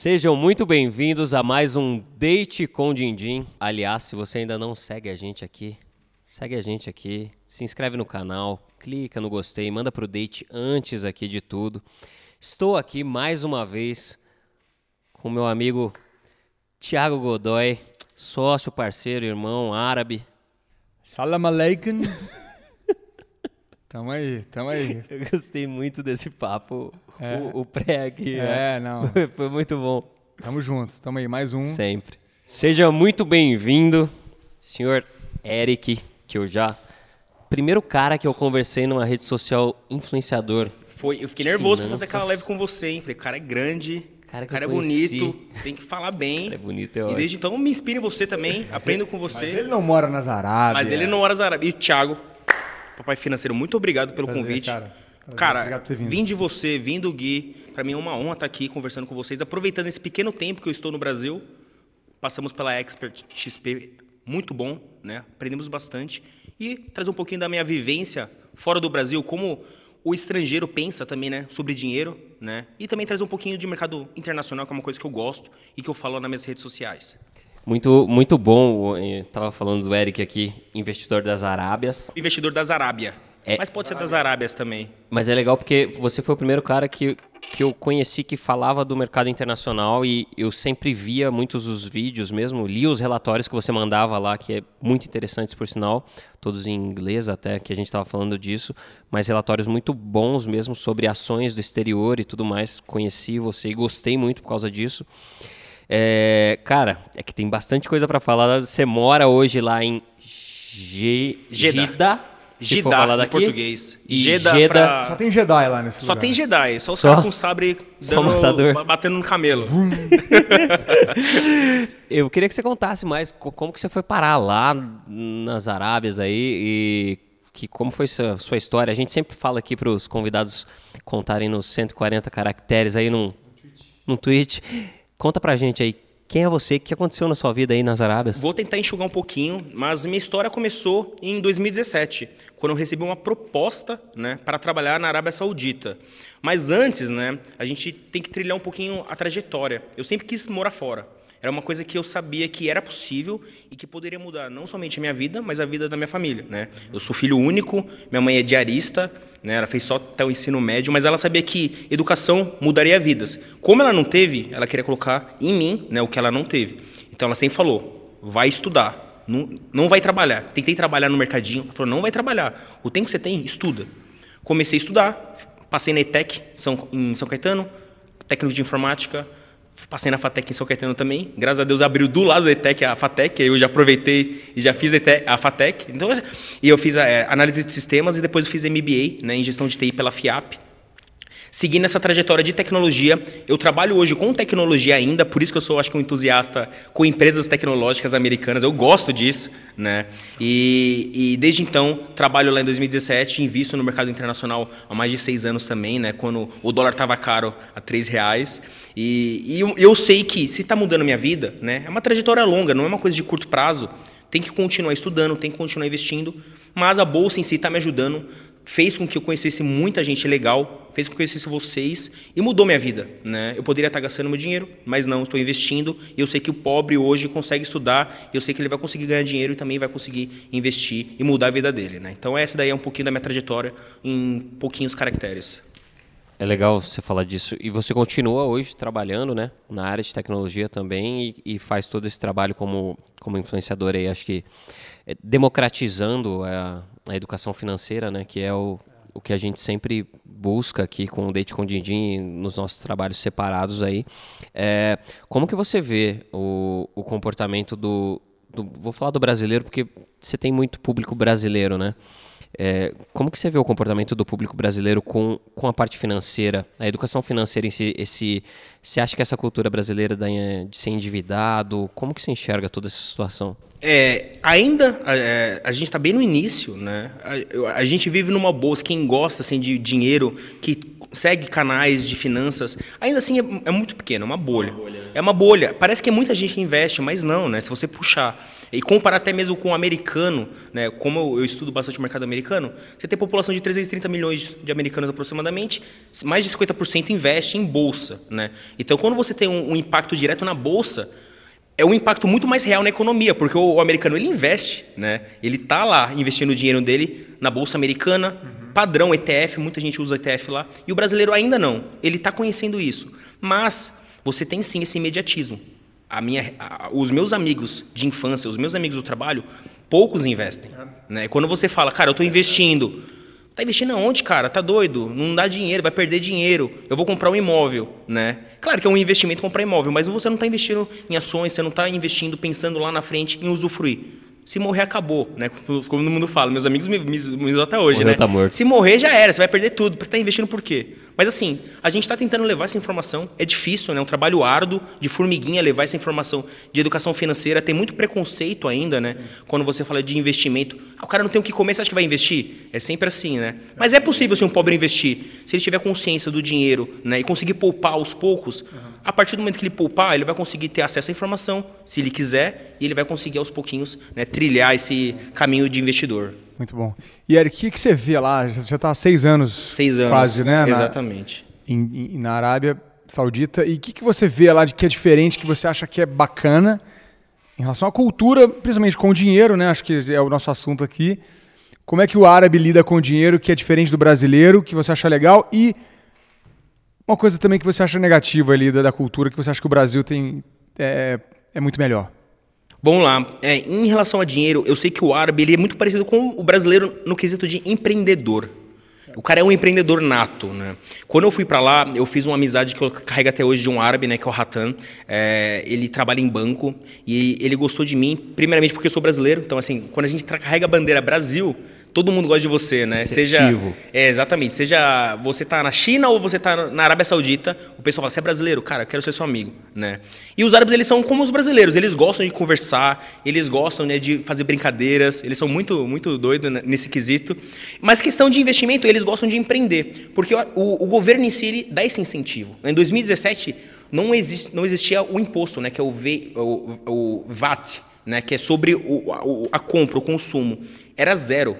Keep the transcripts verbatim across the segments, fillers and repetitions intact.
Sejam muito bem-vindos a mais um Date com Dindim. Aliás, se você ainda não segue a gente aqui, segue a gente aqui, se inscreve no canal, clica no gostei, manda pro date antes aqui de tudo. Estou aqui mais uma vez com meu amigo Thiago Godoy, sócio, parceiro, irmão, árabe. Salam aleikum. Tamo aí, tamo aí. Eu gostei muito desse papo, É. o, o pré aqui. É, né? não. Foi, foi muito bom. Tamo junto, tamo aí, mais um. Sempre. Seja muito bem-vindo, senhor Eric, que eu já... Primeiro cara que eu conversei numa rede social influenciador. Foi, eu fiquei nervoso Finanças. pra fazer aquela live com você, hein? Falei, cara é grande, Cara que cara é eu conheci. bonito, tem que falar bem. Cara é bonito, é E ótimo. desde então me inspiro em você também, aprendo com você. Mas ele não mora nas Arábias. Mas ele não mora árabe. E o Thiago, papai financeiro, muito obrigado pelo Prazer, convite. cara. Prazer, Cara, obrigado por ter vindo. vim de você, vim do Gui, pra mim é uma honra estar aqui conversando com vocês, aproveitando esse pequeno tempo que eu estou no Brasil. Passamos pela Expert X P, muito bom, né? Aprendemos bastante. E trazer um pouquinho da minha vivência fora do Brasil, como o estrangeiro pensa também, né, sobre dinheiro, né? E também trazer um pouquinho de mercado internacional, que é uma coisa que eu gosto e que eu falo nas minhas redes sociais. Muito, muito bom. Eu tava falando do Eric aqui, investidor das Arábias. Investidor das Arábia. É. Mas pode ser das Arábias também. Mas é legal porque você foi o primeiro cara que, que eu conheci que falava do mercado internacional e eu sempre via muitos dos vídeos mesmo, li os relatórios que você mandava lá, que é muito interessantes por sinal, todos em inglês até, que a gente estava falando disso, mas relatórios muito bons mesmo sobre ações do exterior e tudo mais. Conheci você e gostei muito por causa disso. É, cara, é que tem bastante coisa para falar. Você mora hoje lá em Ge- Jeddah. Jeddah? Se for Jeddah, falar em daqui. português. E Jeddah Jeddah- pra- Só tem Jedi lá nesse Só lugar. tem Jedi, só os Só? caras com sabre Só dando, matador. ba- batendo no camelo. Eu queria que você contasse mais co- como que você foi parar lá nas Arábias aí e que, como foi sua, sua história. A gente sempre fala aqui para os convidados contarem nos cento e quarenta caracteres aí num, num tweet. Conta pra gente aí, quem é você, o que aconteceu na sua vida aí nas Arábias? Vou tentar enxugar um pouquinho, mas minha história começou em dois mil e dezessete, quando eu recebi uma proposta, né, para trabalhar na Arábia Saudita. Mas antes, né, a gente tem que trilhar um pouquinho a trajetória. Eu sempre quis morar fora. Era uma coisa que eu sabia que era possível e que poderia mudar não somente a minha vida, mas a vida da minha família, né? Eu sou filho único, minha mãe é diarista, né? Ela fez só até o ensino médio, mas ela sabia que educação mudaria vidas. Como ela não teve, ela queria colocar em mim, né, o que ela não teve. Então ela sempre falou, vai estudar, não, não vai trabalhar. Tentei trabalhar no mercadinho, ela falou, não vai trabalhar. O tempo que você tem, estuda. Comecei a estudar, passei na ETEC São, em São Caetano, técnico de informática. Passei na FATEC em São Caetano também. Graças a Deus abriu do lado da ETEC a FATEC. Aí eu já aproveitei e já fiz a, ETEC, a FATEC. Então, e eu fiz a, é, análise de sistemas e depois eu fiz M B A, né, em gestão de T I pela FIAP. Seguindo essa trajetória de tecnologia, eu trabalho hoje com tecnologia ainda, por isso que eu sou, acho que, um entusiasta com empresas tecnológicas americanas. Eu gosto disso, né? E, e desde então, trabalho lá em dois mil e dezessete, invisto no mercado internacional há mais de seis anos também, né? Quando o dólar estava caro a três reais. E, e eu, eu sei que, se está mudando a minha vida, né? É uma trajetória longa, não é uma coisa de curto prazo. Tem que continuar estudando, tem que continuar investindo, mas a bolsa em si está me ajudando, fez com que eu conhecesse muita gente legal, fez com que eu conhecesse vocês e mudou minha vida, né? Eu poderia estar gastando meu dinheiro, mas não, estou investindo e eu sei que o pobre hoje consegue estudar e eu sei que ele vai conseguir ganhar dinheiro e também vai conseguir investir e mudar a vida dele, né? Então essa daí é um pouquinho da minha trajetória em pouquinhos caracteres. É legal você falar disso. E você continua hoje trabalhando, né, na área de tecnologia também e, e faz todo esse trabalho como, como influenciador aí, acho que é, democratizando a, a educação financeira, né, que é o, o que a gente sempre busca aqui com o Date com Dindim nos nossos trabalhos separados aí. É, como que você vê o, o comportamento do, do... Vou falar do brasileiro porque você tem muito público brasileiro, né? É, como que você vê o comportamento do público brasileiro com, com a parte financeira, a educação financeira em si, esse, você acha que essa cultura brasileira de ser endividado, como que você enxerga toda essa situação? É, ainda é, a gente está bem no início, né? A, a gente vive numa bolsa, quem gosta assim, de dinheiro, que segue canais de finanças, ainda assim é, é muito pequeno, é uma bolha. Uma bolha né? É uma bolha. Parece que é muita gente que investe, mas não, né? Se você puxar e comparar até mesmo com o americano, né? Como eu, eu estudo bastante o mercado americano, você tem população de trezentos e trinta milhões de americanos aproximadamente, mais de cinquenta por cento investe em bolsa, né? Então, quando você tem um, um impacto direto na bolsa, é um impacto muito mais real na economia, porque o, o americano ele investe, né? Ele está lá investindo o dinheiro dele na bolsa americana, uhum. padrão E T F, muita gente usa E T F lá, e o brasileiro ainda não. Ele está conhecendo isso. Mas você tem sim esse imediatismo. A minha, a, os meus amigos de infância, os meus amigos do trabalho, poucos investem. Uhum. Né? Quando você fala, cara, eu estou investindo. Tá investindo aonde, cara? Tá doido? Não dá dinheiro, vai perder dinheiro. Eu vou comprar um imóvel, né? Claro que é um investimento comprar imóvel, mas você não está investindo em ações, você não está investindo pensando lá na frente em usufruir. Se morrer, acabou, né? Como todo mundo fala, meus amigos me, me, me usam até hoje, Morreu, né? tá morto. Se morrer, já era, você vai perder tudo. Tá investindo por quê? Mas assim, a gente está tentando levar essa informação, é difícil, né? É um trabalho árduo, de formiguinha, levar essa informação de educação financeira. Tem muito preconceito ainda, né? Quando você fala de investimento. Ah, o cara não tem o que comer, você acha que vai investir? É sempre assim, né? Mas é possível, se um pobre investir, se ele tiver consciência do dinheiro, né? E conseguir poupar aos poucos, uhum. a partir do momento que ele poupar, ele vai conseguir ter acesso à informação, se ele quiser, e ele vai conseguir aos pouquinhos, né, trilhar esse caminho de investidor. Muito bom. E Eric, o que, que você vê lá? Já está há seis anos, seis anos quase, né? Na, exatamente. Em, em, na Arábia Saudita. E o que, que você vê lá de que é diferente, que você acha que é bacana em relação à cultura, principalmente com o dinheiro, né? Acho que é o nosso assunto aqui. Como é que o árabe lida com o dinheiro, que é diferente do brasileiro, que você acha legal? E uma coisa também que você acha negativa ali da, da cultura, que você acha que o Brasil tem é, é muito melhor. Vamos lá. É, em relação a dinheiro, eu sei que o árabe ele é muito parecido com o brasileiro no quesito de empreendedor. O cara é um empreendedor nato, né? Quando eu fui para lá, eu fiz uma amizade que eu carrego até hoje de um árabe, né, que é o Ratan. É, ele trabalha em banco e ele gostou de mim, primeiramente porque eu sou brasileiro. Então, assim, quando a gente carrega a bandeira Brasil, todo mundo gosta de você, né? Seja, é, exatamente. Seja você tá na China ou você tá na Arábia Saudita, o pessoal fala, você é brasileiro? Cara, eu quero ser seu amigo, né? E os árabes, eles são como os brasileiros, eles gostam de conversar, eles gostam, né, de fazer brincadeiras, eles são muito, muito doidos nesse quesito. Mas questão de investimento, eles gostam de empreender, porque o, o, o governo em si, ele dá esse incentivo. Em dois mil e dezessete, não, existe, não existia o imposto, né, que é o, v, o, o V A T, né, que é sobre o, a, a compra, o consumo. Era zero.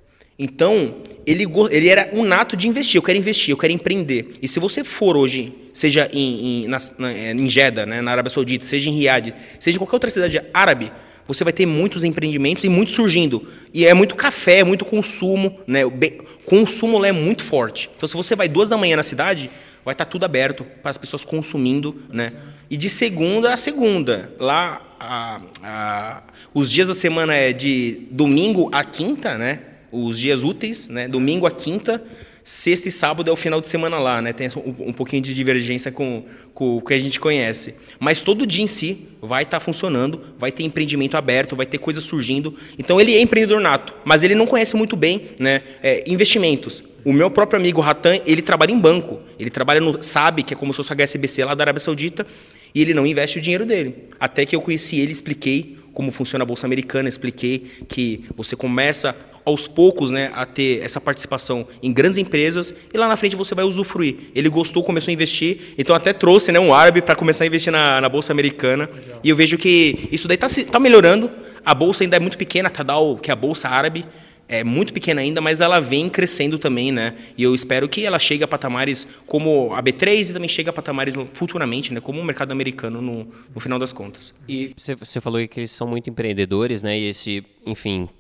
Então, ele, ele era um nato de investir. Eu quero investir, eu quero empreender. E se você for hoje, seja em, em, na, em Jeddah, né, na Arábia Saudita, seja em Riad, seja em qualquer outra cidade árabe, você vai ter muitos empreendimentos e muitos surgindo. E é muito café, é muito consumo. Né? O consumo lá é muito forte. Então, se você vai duas da manhã na cidade, vai estar tudo aberto para as pessoas consumindo. Né? E de segunda a segunda. Lá, a, a, os dias da semana é de domingo a quinta, né? Os dias úteis, né? Domingo a quinta, sexta e sábado é o final de semana lá, né? Tem um, um pouquinho de divergência com, com o que a gente conhece. Mas todo dia em si vai estar funcionando, vai ter empreendimento aberto, vai ter coisa surgindo. Então ele é empreendedor nato, mas ele não conhece muito bem, né, é, investimentos. O meu próprio amigo Ratan, ele trabalha em banco, ele trabalha no S A B, que é como se fosse H S B C lá da Arábia Saudita, e ele não investe o dinheiro dele. Até que eu conheci ele, expliquei como funciona a Bolsa Americana, expliquei que você começa aos poucos, né, a ter essa participação em grandes empresas e lá na frente você vai usufruir. Ele gostou, começou a investir, então até trouxe, né, um árabe para começar a investir na, na Bolsa Americana. Legal. E eu vejo que isso daí está tá melhorando. A Bolsa ainda é muito pequena, a Tadal, que é a Bolsa árabe, é muito pequena ainda, mas ela vem crescendo também, né? E eu espero que ela chegue a patamares como a B três e também chegue a patamares futuramente, né? Como o mercado americano no, no final das contas. E você falou que eles são muito empreendedores, né? E esse, enfim,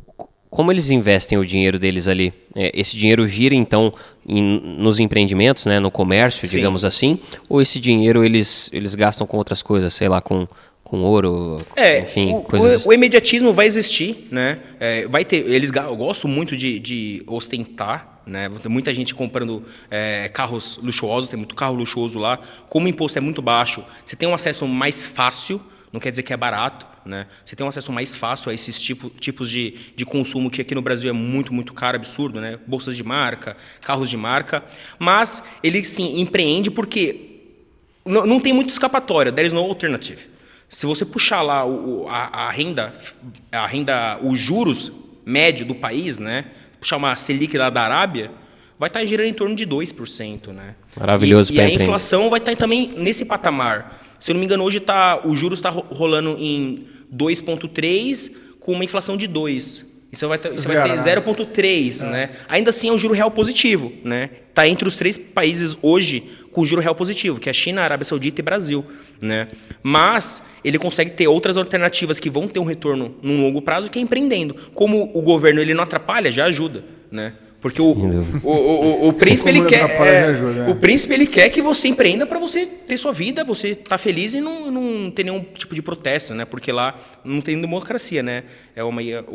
como eles investem o dinheiro deles ali? Esse dinheiro gira, então, em, nos empreendimentos, né? No comércio, Sim. digamos assim? Ou esse dinheiro eles, eles gastam com outras coisas, sei lá, com... com ouro, é, enfim, o, coisas... o, o imediatismo vai existir, né? É, vai ter, eles eu gosto muito de, de ostentar, né? Tem muita gente comprando é, carros luxuosos, tem muito carro luxuoso lá. Como o imposto é muito baixo, você tem um acesso mais fácil, não quer dizer que é barato, né? Você tem um acesso mais fácil a esses tipo, tipos de, de consumo que aqui no Brasil é muito, muito caro, absurdo, né? Bolsas de marca, carros de marca, mas ele sim empreende porque não, não tem muita escapatória, there is no alternative. Se você puxar lá o, a, a renda, a renda, os juros médio do país, né? Puxar uma Selic lá da Arábia, vai estar girando em torno de dois por cento, né? Maravilhoso. E, e a inflação vai estar também nesse patamar. Se eu não me engano, hoje tá, o juros está rolando em dois vírgula três com uma inflação de dois. E você vai ter, você vai ter zero vírgula três, é. né? Ainda assim é um juro real positivo, né? Está entre os três países hoje com juro real positivo, que é a China, a Arábia Saudita e Brasil, né? Mas ele consegue ter outras alternativas que vão ter um retorno num longo prazo, que é empreendendo. Como o governo ele não atrapalha, já ajuda, né? Porque o, o, o, o príncipe ele quer é, ajuda, né? o príncipe ele quer que você empreenda para você ter sua vida, você tá feliz e não, não ter nenhum tipo de protesto, né? Porque lá não tem democracia, né? É uma, o,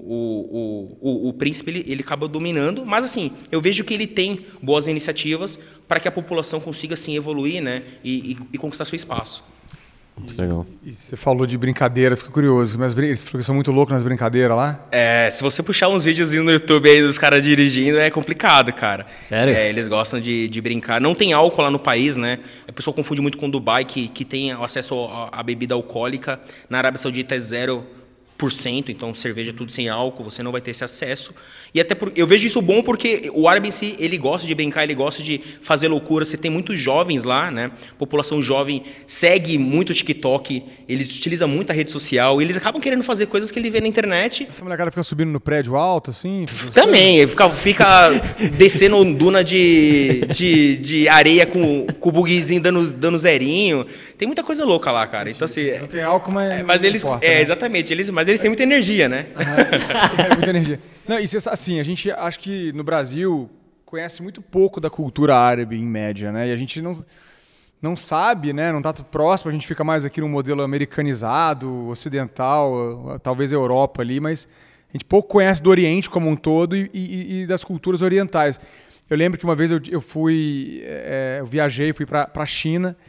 o, o, o príncipe ele, ele acaba dominando, mas assim eu vejo que ele tem boas iniciativas para que a população consiga assim evoluir, né? E, e, e conquistar seu espaço. Muito legal. E você falou de brincadeira, fico curioso. Mas eles são muito loucos nas brincadeiras lá? É, se você puxar uns vídeos no YouTube aí dos caras dirigindo, é complicado, cara. Sério? É, eles gostam de, de brincar. Não tem álcool lá no país, né? A pessoa confunde muito com Dubai, que, que tem acesso à bebida alcoólica. Na Arábia Saudita é zero por cento, então cerveja tudo sem álcool, você não vai ter esse acesso. E até por, eu vejo isso bom porque o árabe em si, ele gosta de brincar, ele gosta de fazer loucura. Você tem muitos jovens lá, né? A população jovem segue muito o TikTok, eles utilizam muito a rede social, eles acabam querendo fazer coisas que ele vê na internet. Essa molecada fica subindo no prédio alto, assim? Também, fica, fica descendo duna de, de, de areia com, com o bugzinho dando, dando zerinho. Tem muita coisa louca lá, cara. Então, assim, não tem álcool, mas. É, mas eles. Importa, é, né? Exatamente, eles, mas eles têm muita energia, né? Uhum. É, muita energia. Não, isso, assim, a gente acho que no Brasil conhece muito pouco da cultura árabe, em média, né? E a gente não, não sabe, né? Não está próximo, a gente fica mais aqui no modelo americanizado, ocidental, talvez Europa ali, mas a gente pouco conhece do Oriente como um todo e, e, e das culturas orientais. Eu lembro que uma vez eu, eu fui, é, eu viajei, fui para a China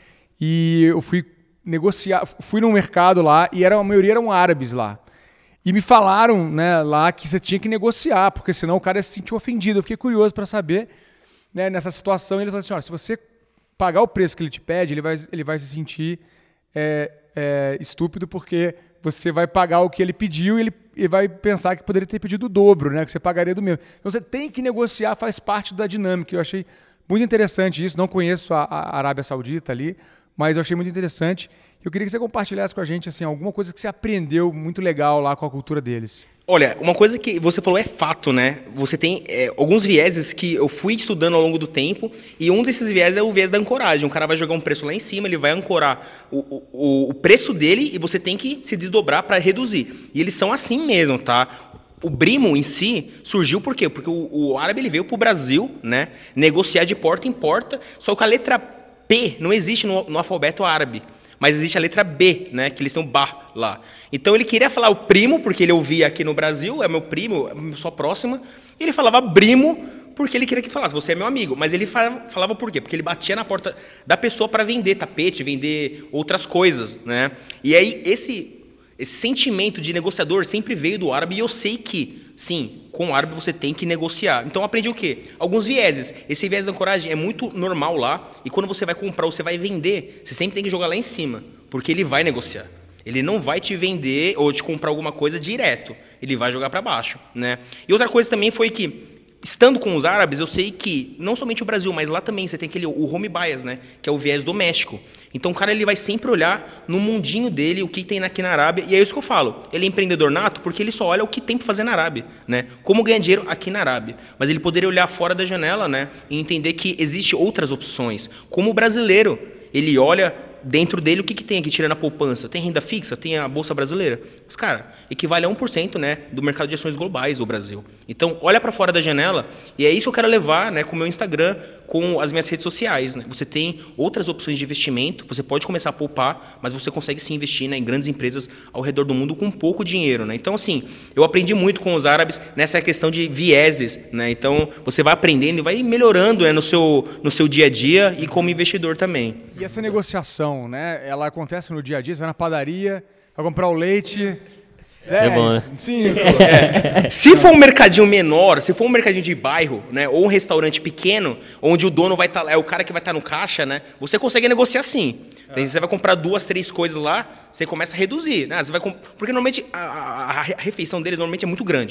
e eu fui negociar, fui num mercado lá e era, a maioria eram árabes lá. E me falaram, né, lá que você tinha que negociar, porque senão o cara ia se sentir ofendido. Eu fiquei curioso para saber, né, nessa situação. Ele falou assim, olha, se você pagar o preço que ele te pede, ele vai, ele vai se sentir é, é, estúpido porque você vai pagar o que ele pediu e ele, ele vai pensar que poderia ter pedido o dobro, né, que você pagaria do mesmo. Então você tem que negociar, faz parte da dinâmica. Eu achei muito interessante isso. Não conheço a, a Arábia Saudita ali, mas eu achei muito interessante. Eu queria que você compartilhasse com a gente assim, alguma coisa que você aprendeu muito legal lá com a cultura deles. Olha, uma coisa que você falou é fato, né? Você tem é, alguns vieses que eu fui estudando ao longo do tempo, e um desses vieses é o viés da ancoragem. O cara vai jogar um preço lá em cima, ele vai ancorar o, o, o preço dele e você tem que se desdobrar para reduzir. E eles são assim mesmo, tá? O Brimo em si surgiu por quê? Porque o, o árabe ele veio para o Brasil, né, negociar de porta em porta, só que a letra P não existe no, no alfabeto árabe. Mas existe a letra B, né, que eles têm o Ba lá. Então ele queria falar o primo, porque ele ouvia aqui no Brasil, é meu primo, é minha pessoa próxima, e ele falava brimo, porque ele queria que falasse, você é meu amigo. Mas ele falava, falava por quê? Porque ele batia na porta da pessoa para vender tapete, vender outras coisas, né? E aí esse, esse sentimento de negociador sempre veio do árabe, e eu sei que, sim, com o árabe você tem que negociar. Então eu aprendi o quê? Alguns vieses. Esse viés da ancoragem é muito normal lá, e quando você vai comprar ou você vai vender, você sempre tem que jogar lá em cima, porque ele vai negociar. Ele não vai te vender ou te comprar alguma coisa direto. Ele vai jogar para baixo, né? E outra coisa também foi que, estando com os árabes, eu sei que, não somente o Brasil, mas lá também você tem aquele, o home bias, né? Que é o viés doméstico. Então o cara ele vai sempre olhar no mundinho dele, o que tem aqui na Arábia, e é isso que eu falo. Ele é empreendedor nato porque ele só olha o que tem para fazer na Arábia, né? Como ganhar dinheiro aqui na Arábia. Mas ele poderia olhar fora da janela, né? E entender que existem outras opções. Como o brasileiro, ele olha dentro dele o que, que tem aqui, tirando a poupança? Tem renda fixa? Tem a Bolsa Brasileira? Mas, cara, equivale a um por cento, né, do mercado de ações globais do Brasil. Então, olha para fora da janela, e é isso que eu quero levar, né, com o meu Instagram, com as minhas redes sociais. Né? Você tem outras opções de investimento, você pode começar a poupar, mas você consegue sim investir, né, em grandes empresas ao redor do mundo com pouco dinheiro. Né? Então, assim, eu aprendi muito com os árabes nessa questão de vieses. Né? Então, você vai aprendendo e vai melhorando, né, no seu, no seu dia a dia e como investidor também. E essa negociação, né, ela acontece no dia a dia, você vai na padaria, vai comprar o leite... Isso é bom, né? Cinco. É. Se for um mercadinho menor, se for um mercadinho de bairro, né, ou um restaurante pequeno, onde o dono vai estar tá, é o cara que vai estar tá no caixa, né, você consegue negociar sim. Então, você vai comprar duas, três coisas lá, você começa a reduzir, né? Você vai comp... Porque normalmente a, a, a refeição deles normalmente é muito grande.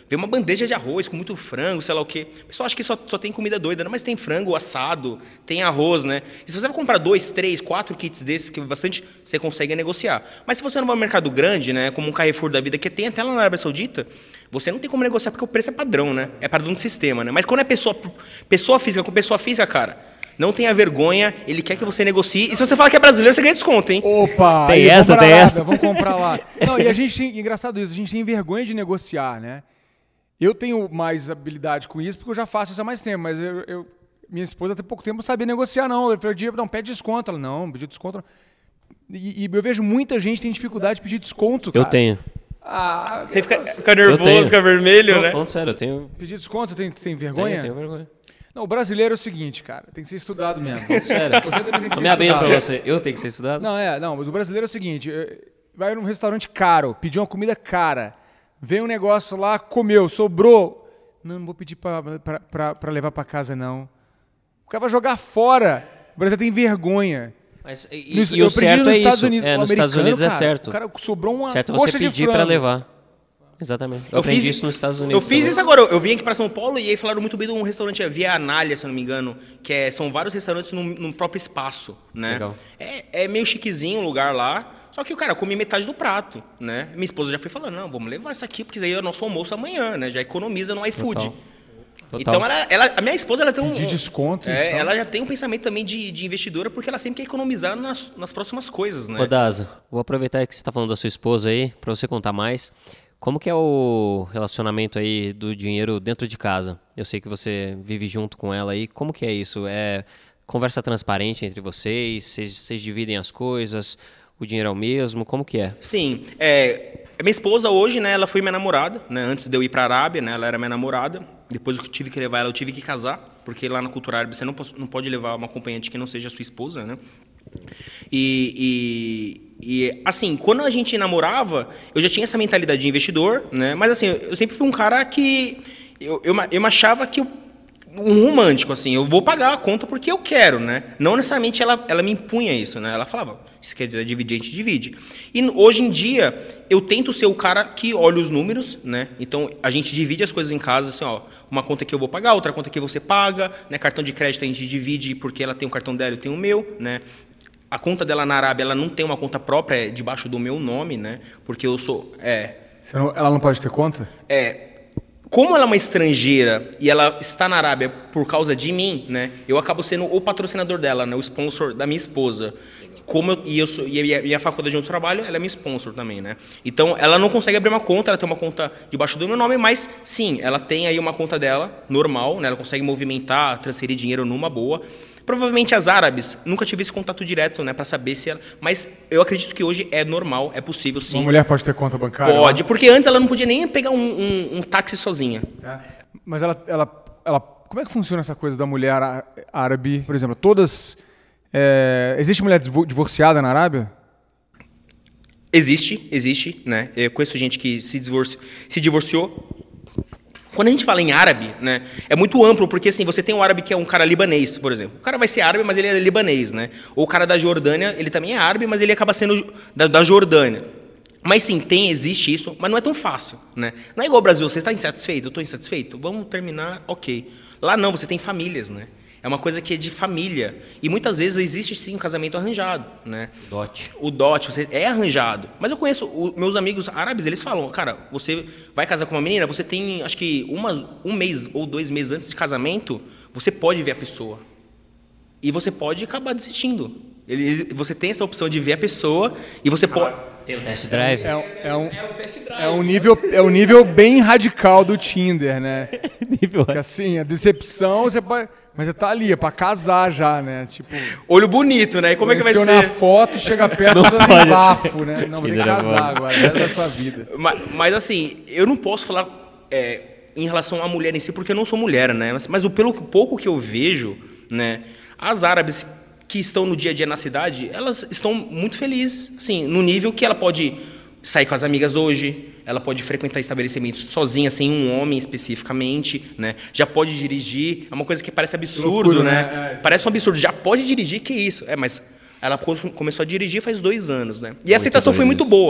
Vem uma bandeja de arroz com muito frango, sei lá o quê. O pessoal acha que só, só tem comida doida, né? Mas tem frango assado, tem arroz, né? E se você vai comprar dois, três, quatro kits desses, que bastante você consegue negociar. Mas se você não vai no mercado grande, né? Como um Carrefour da vida, que tem até lá na Arábia Saudita, você não tem como negociar porque o preço é padrão, né? É padrão do sistema, né? Mas quando é pessoa, pessoa física com pessoa física, cara, não tenha vergonha, ele quer que você negocie. E se você fala que é brasileiro, você ganha desconto, hein? Opa! Tem aí, essa, vamos tem lá, essa. Vamos comprar lá. Não, e a gente tem, engraçado isso, a gente tem vergonha de negociar, né? Eu tenho mais habilidade com isso porque eu já faço isso há mais tempo, mas eu, eu- minha esposa até pouco tempo não sabia negociar, não. Eu falei, não, pede desconto. Ela, não, pedir desconto. E, e eu vejo muita gente que tem dificuldade de pedir desconto, cara. Eu tenho. Ah, Você fica, fica Eu nervoso, tenho. fica vermelho, Não, né? falando sério, eu tenho. pedir desconto, tem, tem vergonha? Tenho, tenho vergonha. Não, o brasileiro é o seguinte, cara, tem que ser estudado mesmo. Sério. Você também tem que Tô ser me abrindo estudado. pra você. Eu tenho que ser estudado? Não, é, não, mas o brasileiro é o seguinte, eh, vai num restaurante caro, pedir uma comida cara, vem um negócio lá, comeu, sobrou. Não, não vou pedir pra, pra, pra, pra levar pra casa, não. O cara vai jogar fora. O Brasil tem vergonha. Mas, e, Nos- e eu o aprendi certo nos é Estados isso. Unidos, É, o nos Estados americano, Unidos é cara, certo. O cara sobrou uma Certo é coxa você de pedir frango. pra levar. Exatamente. Eu, Eu aprendi fiz isso nos Estados Eu Unidos. fiz também. isso agora. Eu vim aqui para São Paulo e aí falaram muito bem de um restaurante, é Via Anália, se eu não me engano, que é, são vários restaurantes num, num próprio espaço, né? Legal. É, é meio chiquezinho o lugar lá. Só que o cara come metade do prato, né? Minha esposa já foi falando, não, vamos levar isso aqui porque isso aí é o nosso almoço amanhã, né? Já economiza no iFood. Total. Total. Então ela, ela- a minha esposa ela tem um Pedir desconto, é, então. ela já tem um pensamento também de, de investidora porque ela sempre quer economizar nas, nas próximas coisas, né? Ô, Daza, vou aproveitar que você está falando da sua esposa aí, para você contar mais. Como que é o relacionamento aí do dinheiro dentro de casa? Eu sei que você vive junto com ela aí. Como que é isso? É conversa transparente entre vocês? Vocês, vocês dividem as coisas? O dinheiro é o mesmo? Como que é? Sim, é, a minha esposa hoje, né, ela foi minha namorada, né, antes de eu ir para a Arábia, né, ela era minha namorada, depois eu tive que levar ela, eu tive que casar, porque lá na cultura árabe você não, pos- não pode levar uma acompanhante que não seja sua esposa, né, e, e, e, assim, quando a gente namorava, eu já tinha essa mentalidade de investidor, né, mas assim, eu sempre fui um cara que, eu, eu, eu achava que eu, um romântico, assim, eu vou pagar a conta porque eu quero, né? Não necessariamente ela, ela me impunha isso, né? Ela falava, isso quer dizer dividir, a gente divide. E hoje em dia, eu tento ser o cara que olha os números, né? Então, a gente divide as coisas em casa, assim, ó, uma conta que eu vou pagar, outra conta que você paga, né? Cartão de crédito a gente divide porque ela tem um cartão dela e eu tenho o meu, né? A conta dela na Arábia, ela não tem uma conta própria debaixo do meu nome, né? Porque eu sou, é... Você não- ela não pode ter conta? É, como ela é uma estrangeira e ela está na Arábia por causa de mim, né? Eu acabo sendo o patrocinador dela, né? O sponsor da minha esposa. Como eu, e, eu sou, e a, e a faculdade onde eu trabalho, ela é minha sponsor também, né? Então, ela não consegue abrir uma conta, ela tem uma conta debaixo do meu nome, mas sim, ela tem aí uma conta dela, normal, né? Ela consegue movimentar, transferir dinheiro numa boa. Provavelmente as árabes, nunca tive esse contato direto, né, para saber se ela... Mas eu acredito que hoje é normal, é possível sim. Uma mulher pode ter conta bancária? Pode, porque antes ela não podia nem pegar um, um, um táxi sozinha. É. Mas ela, ela, ela, como é que funciona essa coisa da mulher á- árabe? Por exemplo, todas... é, existe mulher divo- divorciada na Arábia? Existe, existe, né? Eu conheço gente que se divorciou, se divorciou. Quando a gente fala em árabe, né, é muito amplo, porque assim, você tem um árabe que é um cara libanês, por exemplo. O cara vai ser árabe, mas ele é libanês, né? Ou o cara da Jordânia, ele também é árabe, mas ele acaba sendo da, da Jordânia. Mas sim, tem, existe isso, mas não é tão fácil, né? Não é igual ao Brasil, você está insatisfeito? Eu estou insatisfeito? Vamos terminar, ok. Lá não, você tem famílias, né? É uma coisa que é de família. E muitas vezes existe sim um casamento arranjado, né? Dote. O dote, você é arranjado. Mas eu conheço o, meus amigos árabes, eles falam, cara, você vai casar com uma menina, você tem, acho que uma, um mês ou dois meses antes de casamento, você pode ver a pessoa. E você pode acabar desistindo. Ele, você tem essa opção de ver a pessoa e você pode... Tem o test drive? É, é, um, é, um nível, é um nível bem radical do Tinder, né? Nível. Porque assim, a decepção, você pode... Mas você tá ali, é pra casar já, né? Tipo, Olho bonito, né? E como é que vai conheceu ser? na foto e chega perto Não dando pode. bafo, né? Não, vai ter que Tinder é casar bom. agora, é da sua vida. Mas, mas, assim, eu não posso falar é, em relação à mulher em si, porque eu não sou mulher, né? Mas, mas o pelo pouco que eu vejo, né? As árabes que estão no dia a dia na cidade, elas estão muito felizes, assim, no nível que ela pode sair com as amigas hoje, ela pode frequentar estabelecimentos sozinha, sem um homem especificamente, né? Já pode dirigir, é uma coisa que parece absurdo, Loucura, né? né? É. Parece um absurdo, já pode dirigir, que isso? É, mas ela co- começou a dirigir faz dois anos, né? E a aceitação foi doido muito isso. boa.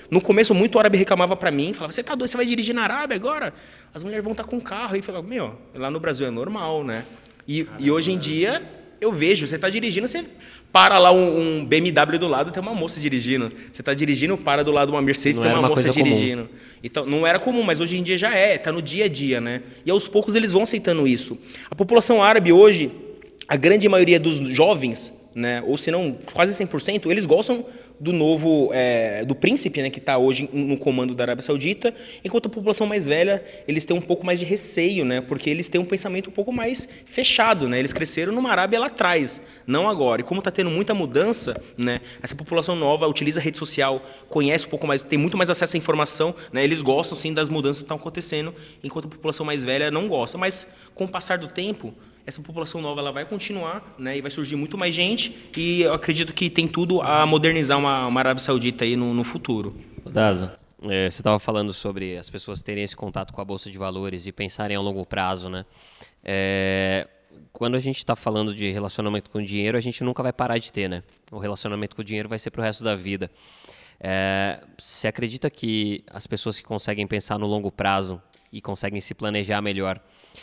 No começo, muito árabe reclamava para mim, falava, você tá doido, você vai dirigir na Arábia agora? As mulheres vão estar com carro. E eu falava, meu, lá no Brasil é normal, né? E, e hoje em dia, eu vejo, você tá dirigindo, você para lá um, um B M W do lado, tem uma moça dirigindo. Você tá dirigindo, para do lado uma Mercedes, Não tem era uma, uma moça coisa comum. dirigindo. Então, não era comum, mas hoje em dia já é, tá no dia a dia, né? E aos poucos eles vão aceitando isso. A população árabe hoje, a grande maioria dos jovens, né, ou se não quase cem por cento, eles gostam do novo, é, do príncipe, né, que está hoje no comando da Arábia Saudita, enquanto a população mais velha, eles têm um pouco mais de receio, né, porque eles têm um pensamento um pouco mais fechado, né, eles cresceram numa Arábia lá atrás, não agora. E como está tendo muita mudança, né, essa população nova utiliza a rede social, conhece um pouco mais, tem muito mais acesso à informação, né, eles gostam sim das mudanças que estão acontecendo, enquanto a população mais velha não gosta. Mas com o passar do tempo, essa população nova ela vai continuar, né, e vai surgir muito mais gente, e eu acredito que tem tudo a modernizar uma, uma Arábia Saudita aí no, no futuro. Daza, é, você estava falando sobre as pessoas terem esse contato com a Bolsa de Valores e pensarem a longo prazo, né? É, quando a gente está falando de relacionamento com dinheiro, a gente nunca vai parar de ter, né? O relacionamento com o dinheiro vai ser para o resto da vida. É, você acredita que as pessoas que conseguem pensar no longo prazo e conseguem se planejar melhor,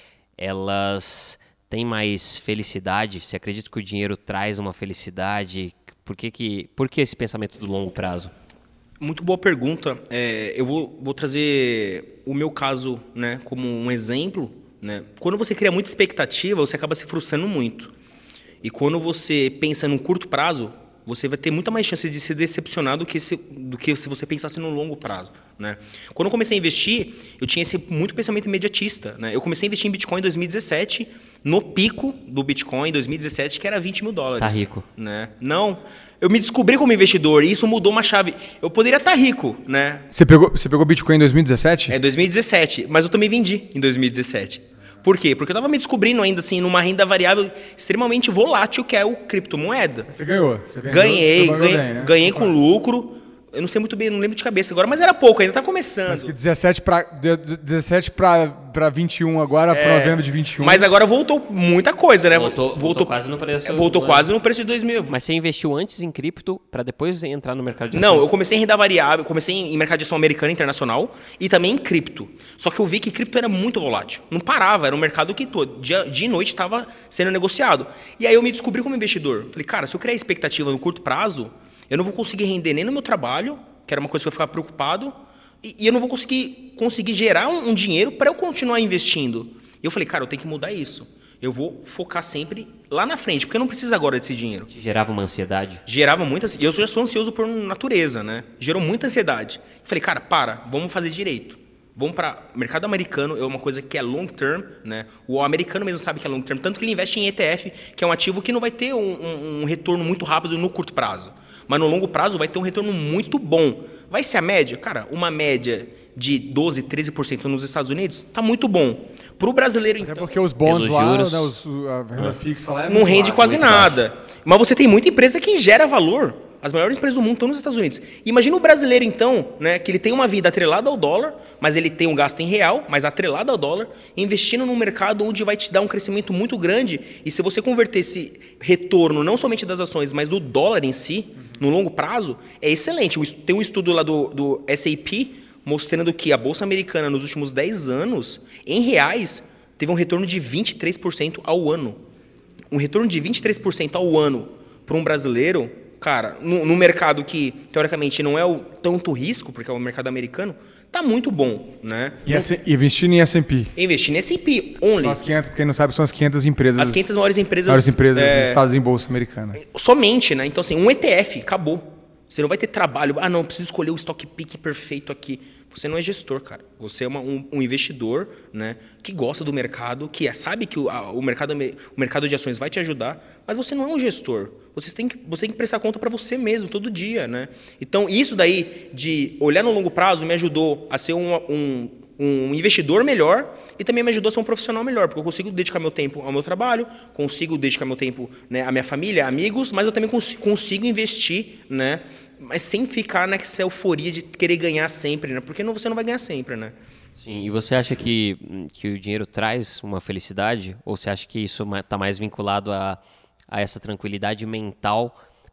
elas têm mais felicidade? Você acredita que o dinheiro traz uma felicidade? Por que, que, por que esse pensamento do longo prazo? Muito boa pergunta. É, eu vou, vou trazer o meu caso, né, como um exemplo. Né? Quando você cria muita expectativa, você acaba se frustrando muito. E quando você pensa num curto prazo, você vai ter muita mais chance de se decepcionar do que se, do que se você pensasse no longo prazo, né? Quando eu comecei a investir, eu tinha esse muito pensamento imediatista, né? Eu comecei a investir em Bitcoin em dois mil e dezessete, no pico do Bitcoin em dois mil e dezessete, que era vinte mil dólares. Tá rico. Né? Não, eu me descobri como investidor e isso mudou uma chave. Eu poderia estar rico, né? Você pegou, você pegou Bitcoin em dois mil e dezessete? É dois mil e dezessete, mas eu também vendi em dois mil e dezessete. Por quê? Porque eu estava me descobrindo ainda assim numa renda variável extremamente volátil, que é o criptomoeda. Você ganhou? Você vendeu, ganhei, você ganhei, bem, né? ganhei com lucro. Eu não sei muito bem, não lembro de cabeça agora, mas era pouco, ainda está começando. Acho que dezessete para dezessete para vinte e um agora, para novembro de vinte e um. Mas agora voltou muita coisa, né? Voltou, voltou, voltou quase no preço. Voltou quase no preço de dois mil. Mas você investiu antes em cripto para depois entrar no mercado de ações? Não, eu comecei em renda variável, comecei em mercado de ação americana internacional e também em cripto. Só que eu vi que cripto era muito volátil. Não parava, era um mercado que todo, dia, dia e noite estava sendo negociado. E aí eu me descobri como investidor. Falei, cara, se eu criar expectativa no curto prazo, eu não vou conseguir render nem no meu trabalho, que era uma coisa que eu ficava preocupado, e, e eu não vou conseguir, conseguir gerar um, um dinheiro para eu continuar investindo. E eu falei, cara, eu tenho que mudar isso. Eu vou focar sempre lá na frente, porque eu não preciso agora desse dinheiro. Te gerava uma ansiedade? Gerava muita ansiedade. Eu já sou ansioso por natureza, né? Gerou muita ansiedade. Eu falei, cara, para, vamos fazer direito. Vamos para o mercado americano, é uma coisa que é long term, né? O americano mesmo sabe que é long term, tanto que ele investe em E T F, que é um ativo que não vai ter um, um, um retorno muito rápido no curto prazo. Mas no longo prazo vai ter um retorno muito bom. Vai ser a média? Cara, uma média de doze, treze por cento nos Estados Unidos está muito bom. Para o brasileiro, então... Até porque os bons lá, juros, né, os, a renda fixa lá... É não rende baixo, quase muito nada. baixo. Mas você tem muita empresa que gera valor. As maiores empresas do mundo estão nos Estados Unidos. Imagina o brasileiro, então, né, que ele tem uma vida atrelada ao dólar, mas ele tem um gasto em real, mas atrelado ao dólar, investindo num mercado onde vai te dar um crescimento muito grande. E se você converter esse retorno, não somente das ações, mas do dólar em si, no longo prazo, é excelente. Tem um estudo lá do, do S and P mostrando que a Bolsa Americana, nos últimos dez anos, em reais, teve um retorno de vinte e três por cento ao ano. Um retorno de vinte e três por cento ao ano para um brasileiro... Cara, no, no mercado que, teoricamente, não é o tanto risco, porque é o mercado americano, tá muito bom, né? E, assim, e investir em S and P? Investir em S and P, only. São as quinhentas, quem não sabe, são as quinhentas empresas... As quinhentas maiores empresas... Maiores empresas é, listadas em bolsa americana. Somente, né? Então, assim, um E T F, acabou. Você não vai ter trabalho. Ah, não, eu preciso escolher o stock pick perfeito aqui. Você não é gestor, cara. Você é uma, um, um investidor, né, que gosta do mercado, que é, sabe que o, a, o, mercado, o mercado de ações vai te ajudar, mas você não é um gestor. Você tem que, você tem que prestar conta para você mesmo, todo dia, né? Então, isso daí de olhar no longo prazo me ajudou a ser um, um, um investidor melhor e também me ajudou a ser um profissional melhor, porque eu consigo dedicar meu tempo ao meu trabalho, consigo dedicar meu tempo, né, à minha família, amigos, mas eu também cons- consigo investir, né, mas sem ficar nessa euforia de querer ganhar sempre, né? Porque não, você não vai ganhar sempre, né? Sim, e você acha que, que o dinheiro traz uma felicidade? Ou você acha que isso está mais vinculado a, a essa tranquilidade mental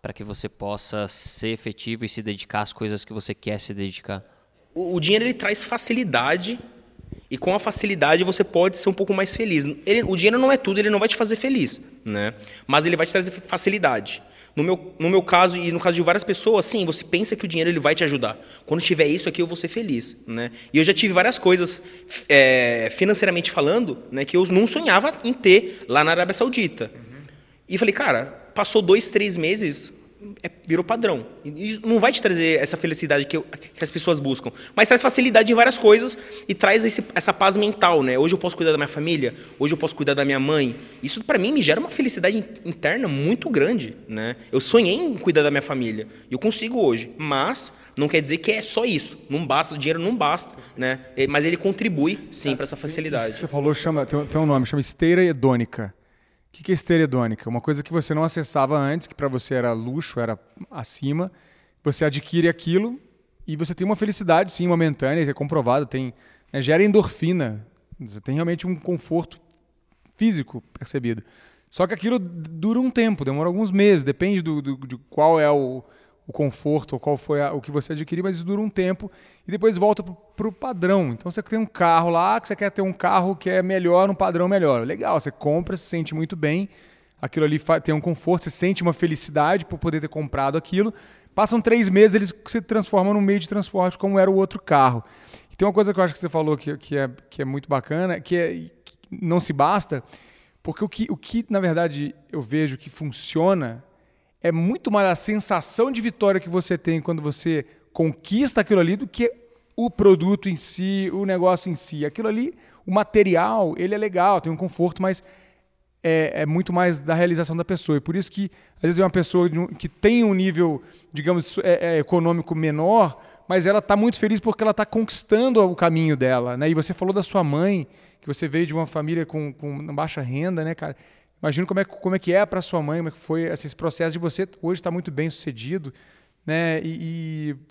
para que você possa ser efetivo e se dedicar às coisas que você quer se dedicar? O, o dinheiro ele traz facilidade e com a facilidade você pode ser um pouco mais feliz. Ele, o dinheiro não é tudo, ele não vai te fazer feliz, né? Mas ele vai te trazer facilidade. No meu, no meu caso e no caso de várias pessoas, sim, você pensa que o dinheiro ele vai te ajudar. Quando tiver isso aqui, eu vou ser feliz, né? E eu já tive várias coisas, é, financeiramente falando, né, que eu não sonhava em ter lá na Arábia Saudita. Uhum. E falei, cara, passou dois, três meses, é, virou padrão. E não vai te trazer essa felicidade que, eu, que as pessoas buscam, mas traz facilidade em várias coisas e traz esse, essa paz mental, né? Hoje eu posso cuidar da minha família, hoje eu posso cuidar da minha mãe. Isso para mim me gera uma felicidade interna muito grande, né? Eu sonhei em cuidar da minha família e eu consigo hoje, mas não quer dizer que é só isso. Não basta, o dinheiro não basta, né? Mas ele contribui sim para essa facilidade. Isso que você falou chama, tem, tem um nome, chama esteira hedônica. O que é esteira hedônica? Uma coisa que você não acessava antes, que para você era luxo, era acima. Você adquire aquilo e você tem uma felicidade, sim, momentânea, é comprovado, tem, né, gera endorfina. Você tem realmente um conforto físico percebido. Só que aquilo dura um tempo, demora alguns meses, depende do, do, de qual é o, o conforto, ou qual foi a, o que você adquiriu, mas isso dura um tempo e depois volta para o padrão. Então você tem um carro lá, que você quer ter um carro que é melhor, um padrão melhor. Legal, você compra, se sente muito bem, aquilo ali tem um conforto, você sente uma felicidade por poder ter comprado aquilo. Passam três meses, eles se transformam num meio de transporte como era o outro carro. E tem uma coisa que eu acho que você falou que, que, é, que é muito bacana, que, é, que não se basta, porque o que, o que, na verdade, eu vejo que funciona é muito mais a sensação de vitória que você tem quando você conquista aquilo ali do que o produto em si, o negócio em si. Aquilo ali, o material, ele é legal, tem um conforto, mas é, é muito mais da realização da pessoa. E por isso que, às vezes, é uma pessoa que tem um nível, digamos, é, é, econômico menor, mas ela está muito feliz porque ela está conquistando o caminho dela, né? E você falou da sua mãe, que você veio de uma família com, com baixa renda, né, cara? Imagino como é, como é que é para sua mãe, como é que foi esse processo de você hoje estar muito bem sucedido, né? E, e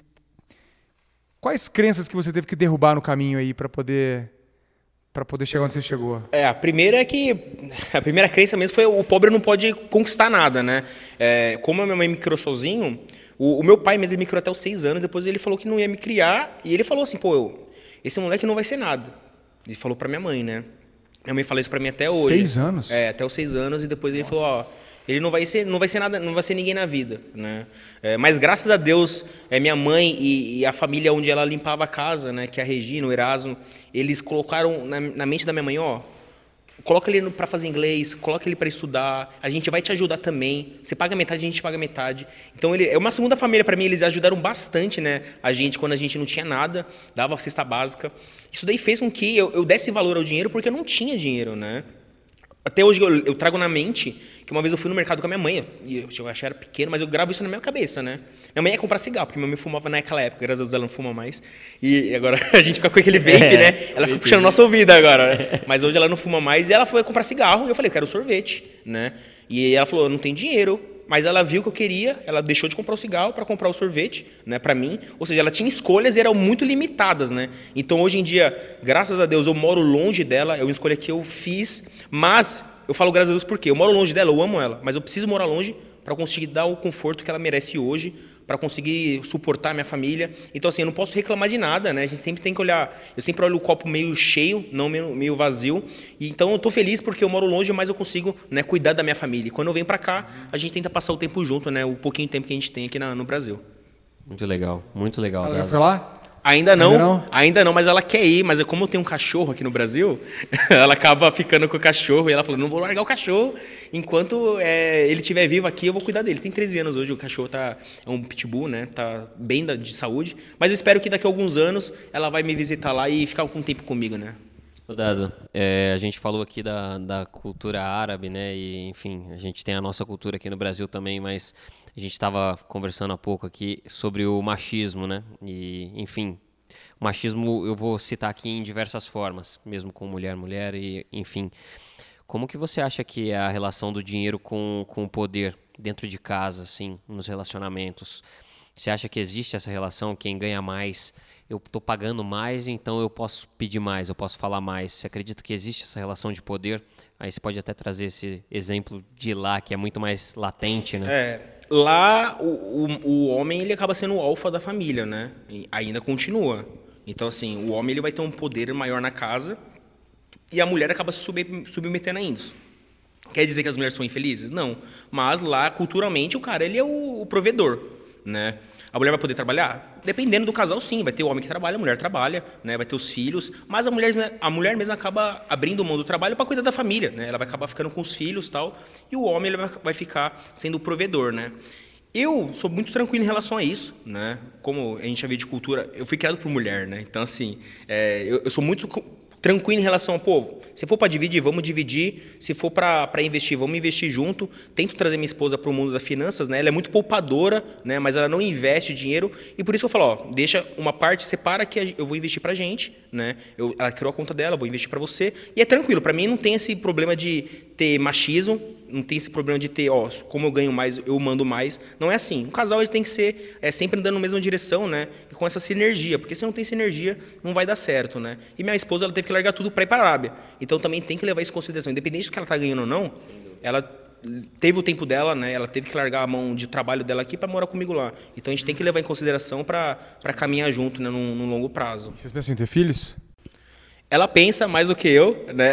quais crenças que você teve que derrubar no caminho aí para poder para poder chegar onde você chegou? É, a primeira é que a primeira crença mesmo foi o pobre não pode conquistar nada, né? É, como a minha mãe me criou sozinho, o, o meu pai mesmo me criou até os seis anos, depois ele falou que não ia me criar e ele falou assim, pô, eu, esse moleque não vai ser nada. Ele falou para minha mãe, né? Minha mãe fala isso pra mim até hoje. Seis anos? É, até os seis anos, e depois Nossa. Ele falou, ó, ele não vai ser, não vai ser nada, não vai ser ninguém na vida, né? É, mas graças a Deus, é, minha mãe e, e a família onde ela limpava a casa, né, que é a Regina, o Erasmo, eles colocaram na, na mente da minha mãe, ó, coloca ele para fazer inglês, coloca ele para estudar, a gente vai te ajudar também, você paga metade, a gente paga metade. Então, ele é uma segunda família para mim, eles ajudaram bastante, né, a gente quando a gente não tinha nada, dava a cesta básica. Isso daí fez com que eu, eu desse valor ao dinheiro porque eu não tinha dinheiro, né. Até hoje eu, eu trago na mente que uma vez eu fui no mercado com a minha mãe, e eu, eu achei que era pequeno, mas eu gravo isso na minha cabeça, né? Minha mãe ia comprar cigarro, porque minha mãe fumava naquela época, graças a Deus ela não fuma mais. E agora a gente fica com aquele vape, é, né? Ela fica puxando nossa ouvida agora, né? Mas hoje ela não fuma mais e ela foi comprar cigarro e eu falei, eu quero sorvete, né? E ela falou, eu não tenho dinheiro. Mas ela viu que eu queria, ela deixou de comprar o cigarro para comprar o sorvete, né, para mim. Ou seja, ela tinha escolhas e eram muito limitadas, né? Então, hoje em dia, graças a Deus, eu moro longe dela, é uma escolha que eu fiz, mas eu falo graças a Deus porque eu moro longe dela, eu amo ela, mas eu preciso morar longe para conseguir dar o conforto que ela merece hoje, para conseguir suportar a minha família. Então, assim, eu não posso reclamar de nada, né? A gente sempre tem que olhar... Eu sempre olho o copo meio cheio, não meio, meio vazio. E, então, eu tô feliz porque eu moro longe, mas eu consigo, né, cuidar da minha família. E quando eu venho para cá, a gente tenta passar o tempo junto, né? O pouquinho tempo que a gente tem aqui na, no Brasil. Muito legal, muito legal. Ela já foi lá? Ainda não, ainda não, ainda não, mas ela quer ir. Mas como eu tenho um cachorro aqui no Brasil, ela acaba ficando com o cachorro. E ela falou, não vou largar o cachorro. Enquanto é, ele estiver vivo aqui, eu vou cuidar dele. Tem treze anos hoje, o cachorro tá, é um pitbull, né? Tá bem da, de saúde. Mas eu espero que daqui a alguns anos ela vai me visitar lá e ficar um tempo comigo, né? Daza, é, a gente falou aqui da, da cultura árabe, né? E, enfim, a gente tem a nossa cultura aqui no Brasil também, mas a gente estava conversando há pouco aqui sobre o machismo, né? E, enfim, o machismo eu vou citar aqui em diversas formas, mesmo com mulher, mulher e, enfim. Como que você acha que é a relação do dinheiro com, com o poder dentro de casa, assim, nos relacionamentos? Você acha que existe essa relação, quem ganha mais... Eu estou pagando mais, então eu posso pedir mais, eu posso falar mais. Você acredita que existe essa relação de poder? Aí você pode até trazer esse exemplo de lá, que é muito mais latente, né? É, lá o, o, o homem ele acaba sendo o alfa da família, né? E ainda continua. Então, assim, o homem ele vai ter um poder maior na casa e a mulher acaba se sub, submetendo a isso. Quer dizer que as mulheres são infelizes? Não. Mas lá, culturalmente, o cara ele é o, o provedor, né? A mulher vai poder trabalhar? Dependendo do casal, sim. Vai ter o homem que trabalha, a mulher trabalha, né? Vai ter os filhos. Mas a mulher, a mulher mesmo acaba abrindo mão do trabalho para cuidar da família, né? Ela vai acabar ficando com os filhos e tal. E o homem ele vai, vai ficar sendo o provedor, né? Eu sou muito tranquilo em relação a isso, né? Como a gente já vê de cultura, eu fui criado por mulher, né? Então, assim, é, eu, eu sou muito tranquilo em relação ao povo. Se for para dividir, vamos dividir. Se for para investir, vamos investir junto. Tento trazer minha esposa para o mundo das finanças, né? Ela é muito poupadora, né? Mas ela não investe dinheiro. E por isso que eu falo, ó, deixa uma parte, separa que eu vou investir para a gente, né? Eu, ela criou a conta dela, eu vou investir para você. E é tranquilo. Para mim não tem esse problema de ter machismo. Não tem esse problema de ter, ó, como eu ganho mais, eu mando mais. Não é assim. Um casal ele tem que ser é, sempre andando na mesma direção, né? E com essa sinergia. Porque se não tem sinergia, não vai dar certo, né? E minha esposa, ela teve que largar tudo para ir para a Arábia. Então também tem que levar isso em consideração. Independente do que ela está ganhando ou não, ela teve o tempo dela, né? Ela teve que largar a mão de trabalho dela aqui para morar comigo lá. Então a gente tem que levar em consideração para caminhar junto, né? Num, num longo prazo. Vocês pensam em ter filhos? Ela pensa mais do que eu, né?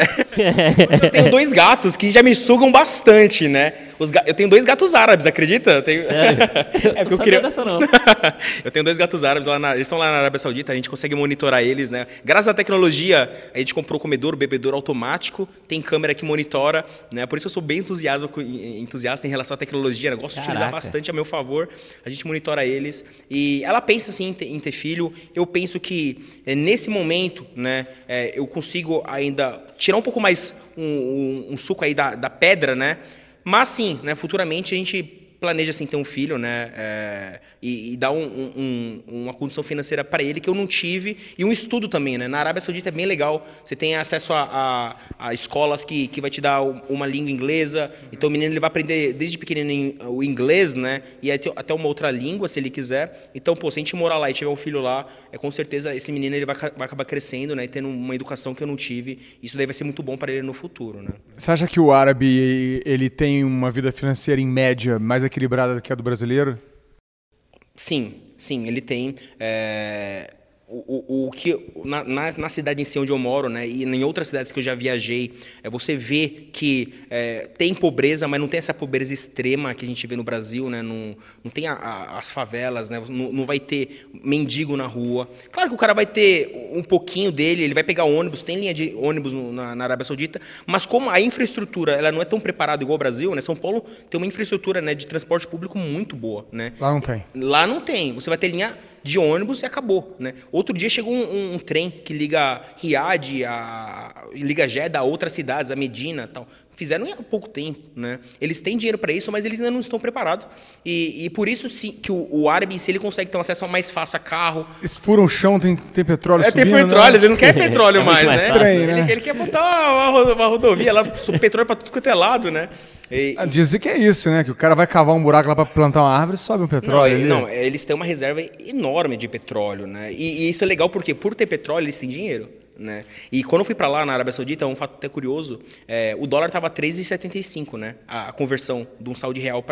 Eu tenho dois gatos que já me sugam bastante, né? Os ga... Eu tenho dois gatos árabes, acredita? Eu tenho... Sério? É porque eu queria... dessa, não. Eu tenho dois gatos árabes, lá na... eles estão lá na Arábia Saudita, a gente consegue monitorar eles, né? Graças à tecnologia, a gente comprou o comedouro, o bebedouro automático, tem câmera que monitora, né? Por isso eu sou bem entusiasta, entusiasta em relação à tecnologia, né? Gosto Caraca. de utilizar bastante a meu favor, a gente monitora eles. E ela pensa, sim, em ter, em ter filho. Eu penso que, nesse momento, né? É, eu consigo ainda tirar um pouco mais um, um, um suco aí da, da pedra, né? Mas sim, né? Futuramente a gente planeja assim ter um filho, né? É, e, e dar um, um, uma condição financeira para ele que eu não tive e um estudo também, né? Na Arábia Saudita é bem legal. Você tem acesso a, a, a escolas que, que vai te dar uma língua inglesa. Então o menino ele vai aprender desde pequenininho o inglês, né? E até uma outra língua, se ele quiser. Então, pô, se a gente morar lá e tiver um filho lá, é com certeza esse menino ele vai, vai acabar crescendo, né? E tendo uma educação que eu não tive. Isso daí vai ser muito bom para ele no futuro, né? Você acha que o árabe ele tem uma vida financeira em média mais equilibrada do que a do brasileiro? Sim, sim, ele tem. É, o, o, o que na, na, na cidade em si onde eu moro, né, e em outras cidades que eu já viajei, é, você vê que é, tem pobreza, mas não tem essa pobreza extrema que a gente vê no Brasil, né, não, não tem a, a, as favelas, né, não, não vai ter mendigo na rua. Claro que o cara vai ter um pouquinho dele, ele vai pegar ônibus, tem linha de ônibus no, na, na Arábia Saudita, mas como a infraestrutura ela não é tão preparada igual o Brasil, né, São Paulo tem uma infraestrutura, né, de transporte público muito boa, né. Lá não tem. Lá não tem. Você vai ter linha de ônibus e acabou, né? Outro dia chegou um, um, um trem que liga Riad, a, liga Jeddah a outras cidades, a Medina e tal. Fizeram há pouco tempo, né? Eles têm dinheiro para isso, mas eles ainda não estão preparados. E, e por isso sim, que o, o árabe, se ele consegue ter um acesso mais fácil a carro... Eles furam o chão, tem, tem petróleo é, subindo, tem petróleo, né? ele não quer petróleo é mais, mais, né? Trem, né? Ele, ele quer botar uma, uma rodovia lá, petróleo para tudo quanto é lado, né? E, ah, dizem que é isso, né? Que o cara vai cavar um buraco lá para plantar uma árvore e sobe um petróleo. Não, não, eles têm uma reserva enorme de petróleo, né? E, e isso é legal porque, por ter petróleo, eles têm dinheiro. Né? E quando eu fui para lá, na Arábia Saudita, um fato até curioso, é, o dólar estava três reais e setenta e cinco centavos, né? A, a conversão de um saldo de real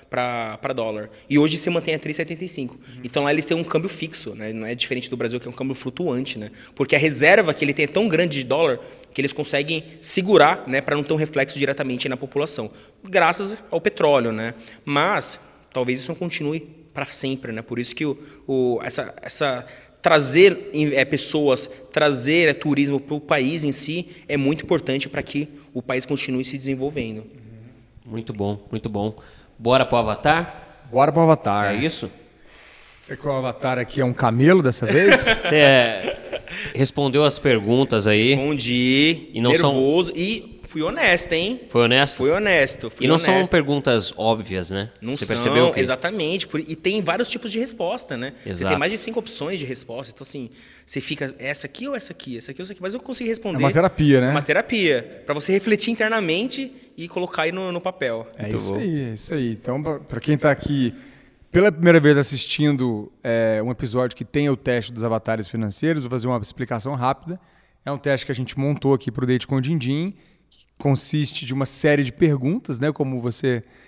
para dólar. E hoje se mantém a três reais e setenta e cinco centavos. Uhum. Então lá eles têm um câmbio fixo, né? Não é diferente do Brasil, que é um câmbio flutuante, né? Porque a reserva que ele tem é tão grande de dólar que eles conseguem segurar, né? Para não ter um reflexo diretamente na população, graças ao petróleo, né? Mas talvez isso não continue para sempre, né? Por isso que o, o, essa... essa trazer é, pessoas, trazer é, turismo para o país em si é muito importante para que o país continue se desenvolvendo. Muito bom, muito bom. Bora para o Avatar? Bora para o Avatar. É isso? Será que o Avatar aqui é um camelo dessa vez? Você é, respondeu as perguntas aí. Respondi, e não nervoso são... e... Fui honesto, hein? Foi honesto? Fui honesto. Fui e não honesto. são perguntas óbvias, né? Não Você são, percebeu que... exatamente. E tem vários tipos de resposta, né? Exato. Você tem mais de cinco opções de resposta. Então, assim, você fica, essa aqui ou essa aqui? Essa aqui ou essa aqui? Mas eu consigo responder. É uma terapia, né? É uma terapia. Para você refletir internamente e colocar aí no, no papel. É Muito isso bom. aí, é isso aí. Então, para quem está aqui pela primeira vez assistindo é, um episódio que tem o teste dos avatares financeiros, vou fazer uma explicação rápida. É um teste que a gente montou aqui para o Date com o Dindim. Consiste de uma série de perguntas, né? Como você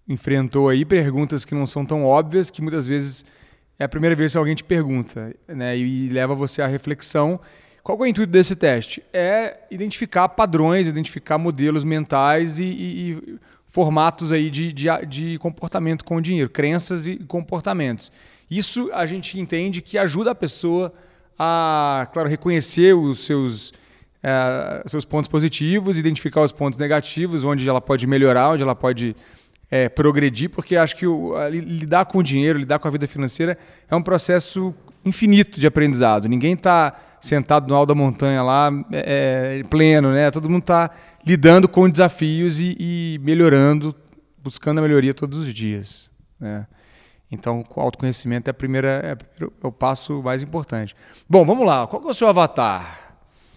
enfrentou aí, perguntas que não são tão óbvias, que muitas vezes é a primeira vez que alguém te pergunta, né? E leva você à reflexão. Qual é o intuito desse teste? É identificar padrões, identificar modelos mentais e, e, e formatos aí de, de, de comportamento com o dinheiro, crenças e comportamentos. Isso a gente entende que ajuda a pessoa a, claro, reconhecer os seus, é, seus pontos positivos, identificar os pontos negativos, onde ela pode melhorar, onde ela pode é, progredir, porque acho que o, a, lidar com o dinheiro, lidar com a vida financeira é um processo infinito de aprendizado. Ninguém está sentado no alto da montanha lá, é, pleno, né? Todo mundo está lidando com desafios e, e melhorando, buscando a melhoria todos os dias, né? Então, o autoconhecimento é, a primeira, é, é o passo mais importante. Bom, vamos lá. Qual que é o seu avatar?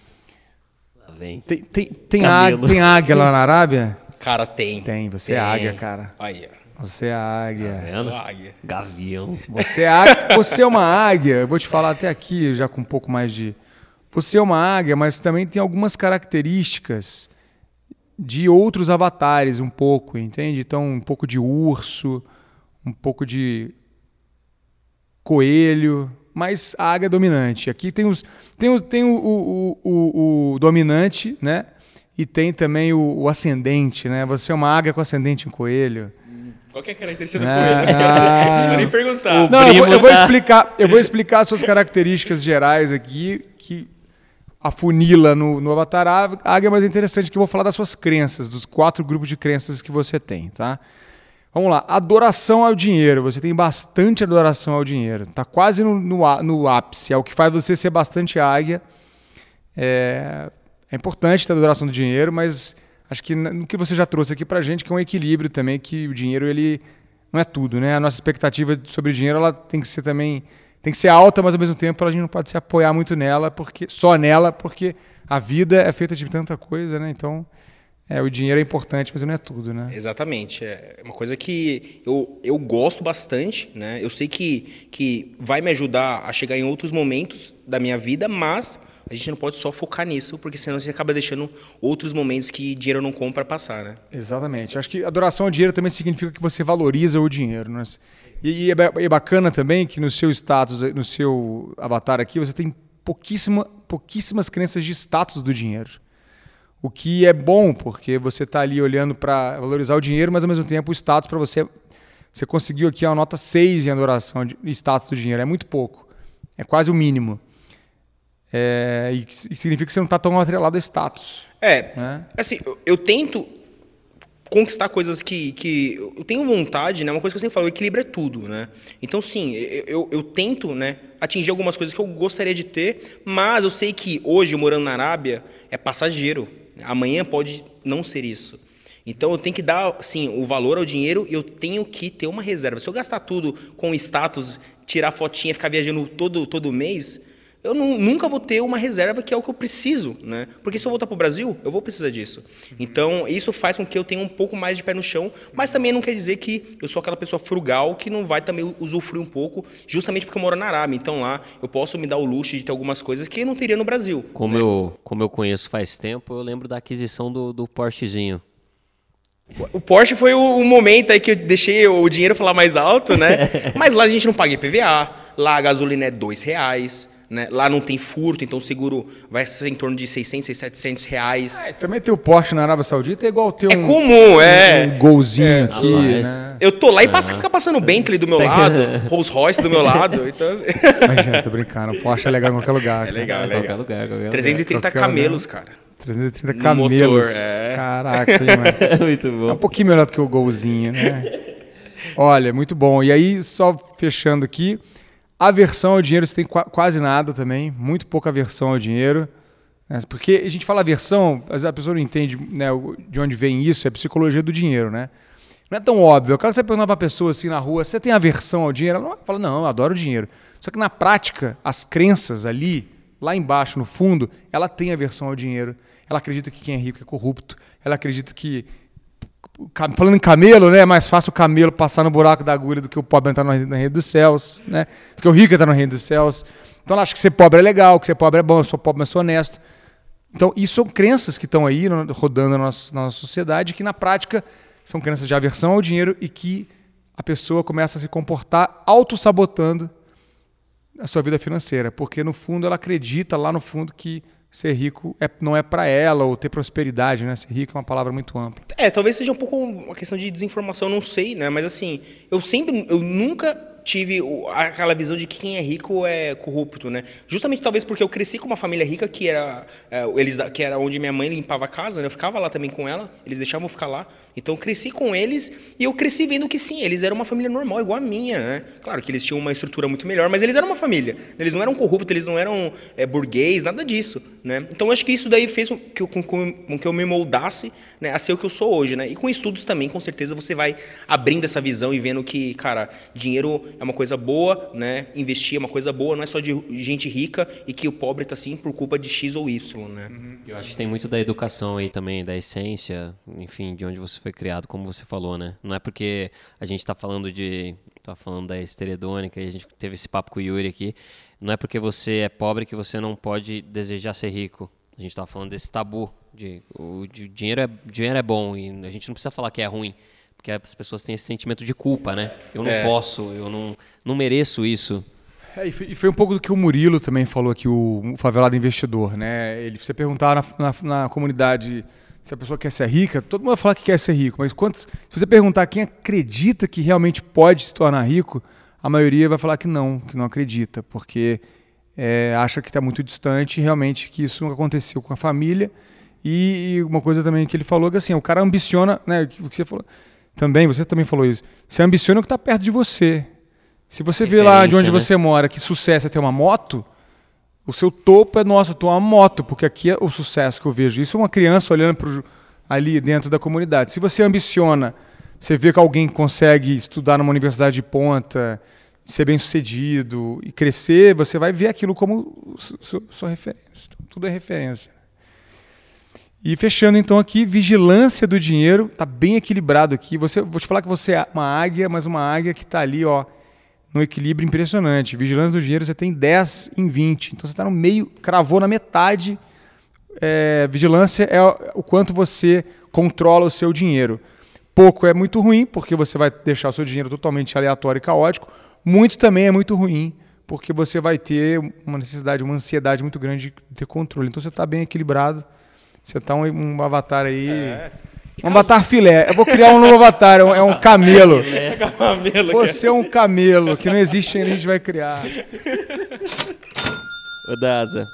Lá vem. Tem, tem, tem, águia, tem águia lá na Arábia? Cara, tem. Tem, você tem. é águia, cara. Aí, Você é águia. Eu sou águia. Gavião. Você é, águia, você é uma águia, eu vou te falar até aqui, já com um pouco mais de... Você é uma águia, mas também tem algumas características de outros avatares, um pouco, entende? Então, um pouco de urso, um pouco de coelho, mas a águia é dominante. Aqui tem, os, tem, os, tem o, o, o, o dominante, né? E tem também o, o ascendente, né? Você é uma águia com ascendente em coelho. Qual que é a característica do Ah, coelho? ah, Não vou nem perguntar. Não, eu vou, eu vou tá- explicar, eu vou explicar as suas características gerais aqui, que afunila no, no avatar águia, mas é interessante que eu vou falar das suas crenças, dos quatro grupos de crenças que você tem, tá? Vamos lá, adoração ao dinheiro. Você tem bastante adoração ao dinheiro. Está quase no, no, no ápice. É o que faz você ser bastante águia. É, é importante ter adoração do dinheiro, mas acho que no que você já trouxe aqui para a gente, que é um equilíbrio também, que o dinheiro ele não é tudo, né? A nossa expectativa sobre dinheiro ela tem que ser também tem que ser alta, mas ao mesmo tempo a gente não pode se apoiar muito nela, porque só nela, porque a vida é feita de tanta coisa, né? Então É, o dinheiro é importante, mas não é tudo, né? Exatamente. É uma coisa que eu, eu gosto bastante, né? Eu sei que, que vai me ajudar a chegar em outros momentos da minha vida, mas a gente não pode só focar nisso, porque senão você acaba deixando outros momentos que dinheiro não compra passar, né? Exatamente. Acho que adoração ao dinheiro também significa que você valoriza o dinheiro, né? E, e é bacana também que no seu status, no seu avatar aqui, você tem pouquíssima, pouquíssimas crenças de status do dinheiro. O que é bom, porque você está ali olhando para valorizar o dinheiro, mas ao mesmo tempo o status para você... Você conseguiu aqui uma nota seis em adoração de status do dinheiro. É muito pouco. É quase o mínimo. É, e, e significa que você não está tão atrelado a status. É, né? Assim, eu, eu tento conquistar coisas que, que eu tenho vontade, né? Uma coisa que eu sempre falo, o equilíbrio é tudo, né? Então, sim, eu, eu, eu tento, né, atingir algumas coisas que eu gostaria de ter, mas eu sei que hoje, morando na Arábia, é passageiro. Amanhã pode não ser isso. Então eu tenho que dar, sim, o valor ao dinheiro e eu tenho que ter uma reserva. Se eu gastar tudo com status, tirar fotinha, ficar viajando todo, todo mês, eu não, nunca vou ter uma reserva que é o que eu preciso, né? Porque se eu voltar para o Brasil, eu vou precisar disso. Então isso faz com que eu tenha um pouco mais de pé no chão, mas também não quer dizer que eu sou aquela pessoa frugal que não vai também usufruir um pouco, justamente porque eu moro na Arábia. Então lá eu posso me dar o luxo de ter algumas coisas que eu não teria no Brasil. Como, né? eu, como eu conheço faz tempo, eu lembro da aquisição do, do Porschezinho. O Porsche foi o, o momento aí que eu deixei o dinheiro falar mais alto, né? Mas lá a gente não paga I P V A, lá a gasolina é dois reais, né? Lá não tem furto, então o seguro vai ser em torno de seiscentos, setecentos reais. É, também ter o Porsche na Arábia Saudita é igual ter É um, comum, é. um golzinho É. aqui, Ah, né? Eu tô lá e passa, fica passando Bentley do meu lado, Rolls Royce do meu lado. Então, assim, Imagina, tô brincando. O Porsche é legal em qualquer lugar. é cara. legal, é Qualquer legal. lugar, qualquer trezentos e trinta Qualquer camelos, lugar. cara. trezentos e trinta No camelos. motor, é. Caraca, hein, mano? Muito É bom. um pouquinho melhor do que o golzinho, né? Olha, muito bom. E aí, só fechando aqui, aversão ao dinheiro você tem qu- quase nada também, muito pouca aversão ao dinheiro. Né? Porque a gente fala aversão, às vezes a pessoa não entende, né, de onde vem isso, é a psicologia do dinheiro, né? Não é tão óbvio. Eu quero que você perguntar para a pessoa assim na rua, você tem aversão ao dinheiro? Ela não fala, não, eu adoro dinheiro. Só que na prática, as crenças ali, lá embaixo, no fundo, ela tem aversão ao dinheiro. Ela acredita que quem é rico é corrupto. Ela acredita que, falando em camelo, né, é mais fácil o camelo passar no buraco da agulha do que o pobre entrar no reino dos céus, né? Do que o rico entrar no reino dos céus. Então ela acha que ser pobre é legal, que ser pobre é bom, eu sou pobre, mas sou honesto. Então isso são crenças que estão aí rodando na nossa, na nossa sociedade, que na prática são crenças de aversão ao dinheiro e que a pessoa começa a se comportar auto-sabotando a sua vida financeira, porque no fundo ela acredita lá no fundo que ser rico é, não é para ela, ou ter prosperidade, né? Ser rico é uma palavra muito ampla. É, talvez seja um pouco uma questão de desinformação, não sei, né? Mas assim, eu sempre, eu nunca tive aquela visão de que quem é rico é corrupto, né? Justamente talvez porque eu cresci com uma família rica que era, é, eles, que era onde minha mãe limpava a casa, né? Eu ficava lá também com ela, eles deixavam eu ficar lá. Então eu cresci com eles e eu cresci vendo que sim, eles eram uma família normal, igual a minha, né? Claro que eles tinham uma estrutura muito melhor, mas eles eram uma família. Eles não eram corruptos, eles não eram é, burguês, nada disso, né? Então eu acho que isso daí fez com que eu, com, com que eu me moldasse, né, a ser o que eu sou hoje, né? E com estudos também, com certeza, você vai abrindo essa visão e vendo que, cara, dinheiro é uma coisa boa, né? Investir é uma coisa boa, não é só de gente rica e que o pobre tá assim por culpa de X ou Y, né? Uhum. Eu acho que tem muito da educação aí também, da essência, enfim, de onde você foi criado, como você falou, né? Não é porque a gente tá falando de... tá falando da esteredônica e a gente teve esse papo com o Yuri aqui, não é porque você é pobre que você não pode desejar ser rico. A gente tava falando desse tabu, de, o de, dinheiro, é, dinheiro é bom e a gente não precisa falar que é ruim, porque as pessoas têm esse sentimento de culpa, né? Eu não é. posso, eu não, não mereço isso. É, e, foi, e foi um pouco do que o Murilo também falou aqui, o, o favelado investidor, né? Ele, você perguntar na, na, na comunidade se a pessoa quer ser rica, todo mundo vai falar que quer ser rico, mas quantos, se você perguntar quem acredita que realmente pode se tornar rico, a maioria vai falar que não, que não acredita, porque é, acha que está muito distante, realmente que isso nunca aconteceu com a família. E, e uma coisa também que ele falou, que assim, o cara ambiciona, né, o que você falou, também, você também falou isso, você ambiciona o que está perto de você. Se você vê lá de onde né? você mora que sucesso é ter uma moto, o seu topo é, nossa, eu tô uma moto, porque aqui é o sucesso que eu vejo. Isso é uma criança olhando pro, ali dentro da comunidade. Se você ambiciona, você vê que alguém consegue estudar numa universidade de ponta, ser bem sucedido e crescer, você vai ver aquilo como sua, sua referência. Então, tudo é referência. E fechando então aqui, vigilância do dinheiro, está bem equilibrado aqui. Você, vou te falar que você é uma águia, mas uma águia que está ali, ó, no equilíbrio impressionante. Vigilância do dinheiro, você tem dez em vinte. Então você está no meio, cravou na metade. É, vigilância é o quanto você controla o seu dinheiro. Pouco é muito ruim, porque você vai deixar o seu dinheiro totalmente aleatório e caótico. Muito também é muito ruim, porque você vai ter uma necessidade, uma ansiedade muito grande de ter controle. Então você está bem equilibrado. Você está um, um avatar aí... É. Um avatar filé. Eu vou criar um novo avatar, é um, é um camelo. É camelo. Você é um camelo, que não existe ainda, a gente vai criar. Ô Daza,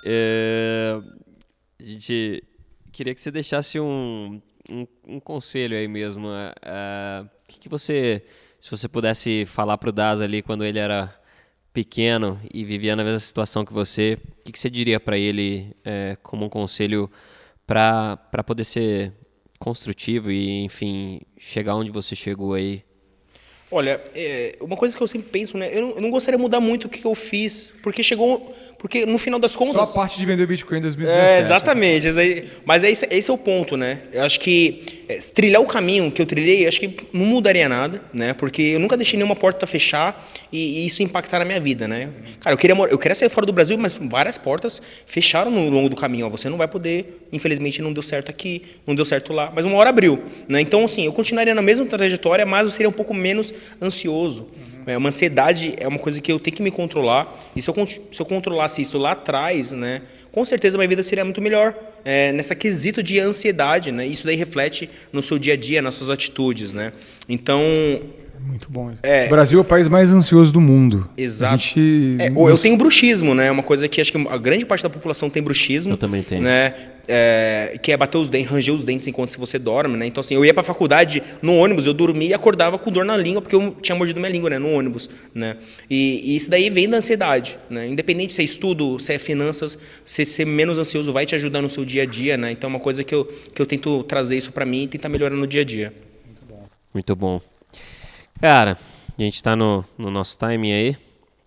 é, a gente queria que você deixasse um, um, um conselho aí mesmo. O uh, que, que você, se você pudesse falar pro Daza ali quando ele era pequeno e vivia na mesma situação que você, o que, que você diria para ele é, como um conselho para para poder ser construtivo e, enfim, chegar onde você chegou aí? Olha, é, uma coisa que eu sempre penso, né? Eu não, eu não gostaria de mudar muito o que eu fiz, porque chegou... Porque no final das contas... Só a parte de vender Bitcoin em dois mil e dezessete. É, exatamente. Esse aí, mas esse, esse é o ponto, né? Eu acho que é, trilhar o caminho que eu trilhei, acho que não mudaria nada, né? Porque eu nunca deixei nenhuma porta fechar e, e isso impactar na minha vida, né? Cara, eu queria, eu queria sair fora do Brasil, mas várias portas fecharam no longo do caminho. Ó, você não vai poder, infelizmente não deu certo aqui, não deu certo lá, mas uma hora abriu, né? Então, assim, eu continuaria na mesma trajetória, mas eu seria um pouco menos ansioso. Uhum. É, uma ansiedade é uma coisa que eu tenho que me controlar, e se eu, se eu controlasse isso lá atrás, né, com certeza minha vida seria muito melhor, é, nessa quesito de ansiedade, né, isso daí reflete no seu dia a dia, nas suas atitudes, né, então... Muito bom. É, o Brasil é o país mais ansioso do mundo. Exato. A gente... é, ou eu tenho bruxismo, né? Uma coisa que acho que a grande parte da população tem bruxismo. Eu também tenho. Né? É, que é bater os dentes, ranger os dentes enquanto você dorme, né? Então, assim, eu ia pra faculdade no ônibus, eu dormia e acordava com dor na língua, porque eu tinha mordido minha língua, né? No ônibus, né? E, e isso daí vem da ansiedade, né? Independente se é estudo, se é finanças, se ser menos ansioso vai te ajudar no seu dia a dia, né? Então, é uma coisa que eu, que eu tento trazer isso pra mim e tentar melhorar no dia a dia. Muito bom. Muito bom. Cara, a gente tá no, no nosso timing aí.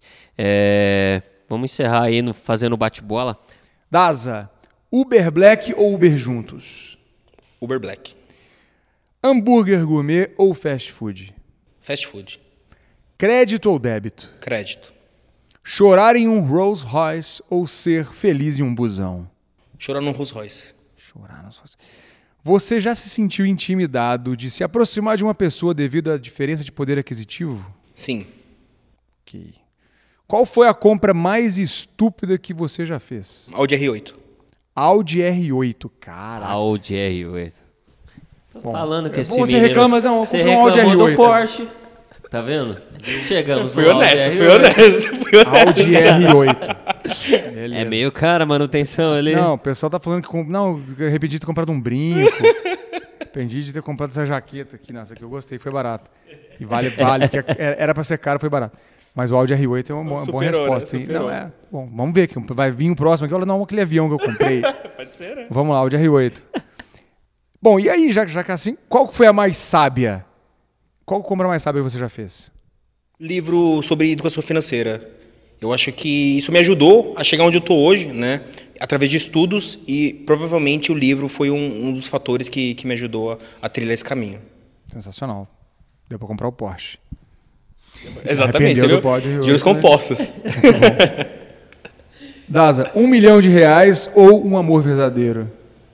É, vamos encerrar aí no, fazendo bate-bola. Daza, Uber Black ou Uber juntos? Uber Black. Hambúrguer gourmet ou fast food? Fast food. Crédito ou débito? Crédito. Chorar em um Rolls Royce ou ser feliz em um busão? Chorar num Rolls Royce. Chorar num Rolls Royce. Você já se sentiu intimidado de se aproximar de uma pessoa devido à diferença de poder aquisitivo? Sim. Ok. Qual foi a compra mais estúpida que você já fez? Audi R oito. Audi R oito, cara. Audi R oito. Tô Bom, falando que é esse bom, você menino... reclama, mas não, você comprou um Audi reclamou R oito. do Porsche. Tá vendo? Chegamos Fui no Audi honesto, R fui oito. honesto, fui honesto. Audi R oito. É meio cara a manutenção ali. Não, o pessoal tá falando que... Com... Não, eu arrependi de ter comprado um brinco. Arrependi de ter comprado essa jaqueta aqui. Nossa, aqui eu gostei, foi barato. E vale, vale. Que era pra ser caro, foi barato. Mas o Audi R oito é uma, uma boa resposta. Né? Não, é. Bom, vamos ver. Que vai vir um próximo aqui. Olha, não, aquele avião que eu comprei. Pode ser, né? Vamos lá, Audi R oito. Bom, e aí, já, já que é assim, qual que foi a mais sábia? Qual compra mais sábia você já fez? Livro sobre educação financeira. Eu acho que isso me ajudou a chegar onde eu estou hoje, né? Através de estudos, e provavelmente o livro foi um, um dos fatores que, que me ajudou a, a trilhar esse caminho. Sensacional. Deu para comprar o Porsche. Exatamente, você viu? Juros compostos. Né? Daza, um milhão de reais ou um amor verdadeiro?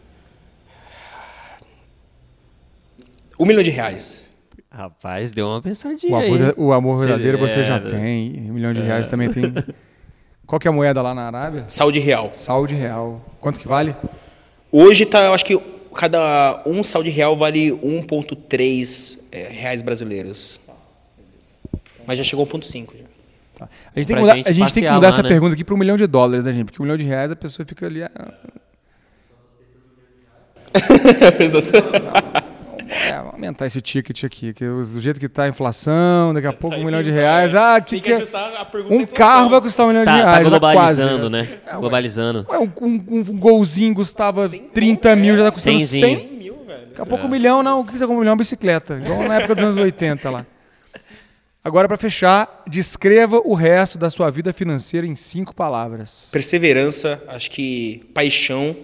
Um milhão de reais. Rapaz, deu uma pensadinha O amor, aí. o amor verdadeiro você, é, já tem. Um milhão de reais é. também tem. Qual que é a moeda lá na Arábia? Saúde real. Saúde real. Quanto que vale? Hoje tá, eu acho que cada um saúde real vale um vírgula três é, reais brasileiros. Mas já chegou a um vírgula cinco já. Tá. A gente tem que mudar, a gente tem que mudar lá, essa né? pergunta aqui para um milhão de dólares, né, gente? Porque um milhão de reais a pessoa fica ali... Ah, é, aumentar esse ticket aqui, que o, do jeito que está a inflação, daqui a pouco um milhão de reais. Ah, que, que, que um carro vai custar um milhão tá, de reais. Tá globalizando, quase, né? É, globalizando. Ué, um, um, um golzinho custava trinta mil, já está custando cem mil, velho. Daqui a pouco um milhão, não, o que você compra um milhão? Bicicleta, igual na época dos anos oitenta lá. Agora, para fechar, descreva o resto da sua vida financeira em cinco palavras. Perseverança, acho que paixão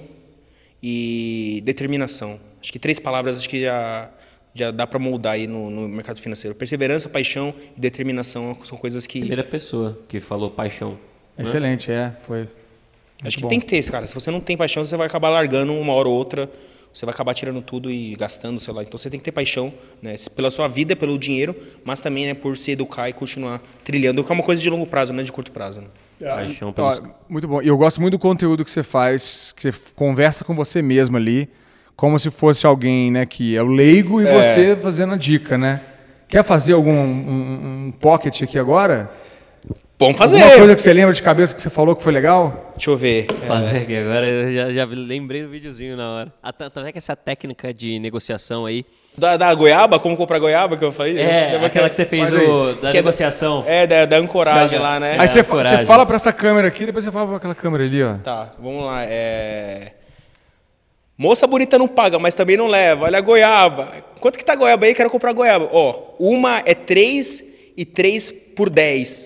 e determinação. Acho que três palavras acho que já, já dá para moldar aí no, no mercado financeiro. Perseverança, paixão e determinação são coisas que... Primeira pessoa que falou paixão. Excelente, né? é, foi. Acho que bom. tem que ter esse, cara. Se você não tem paixão, você vai acabar largando uma hora ou outra. Você vai acabar tirando tudo e gastando, sei lá. Então você tem que ter paixão, né? Pela sua vida, pelo dinheiro, mas também, né, por se educar e continuar trilhando, que é uma coisa de longo prazo, não é de curto prazo. Né? Paixão pelos... Ó, muito bom. E eu gosto muito do conteúdo que você faz, que você conversa com você mesmo ali, como se fosse alguém, né, que é o leigo e é. você fazendo a dica, né? Quer fazer algum um, um pocket aqui agora? Vamos fazer. Alguma coisa que você lembra de cabeça que você falou que foi legal? Deixa eu ver. Fazer aqui agora, eu já, já lembrei do videozinho na hora. Também que essa técnica de negociação aí... Da, da goiaba, como comprar goiaba que eu falei? É, aquela que, que você fez o, da que negociação. É, da, da ancoragem Já, lá, né? Aí é, você, você fala pra essa câmera aqui, depois você fala pra aquela câmera ali, ó. Tá, vamos lá. É... Moça bonita não paga, mas também não leva. Olha a goiaba. Quanto que tá a goiaba aí? Quero comprar goiaba. Ó, uma é três e três por dez.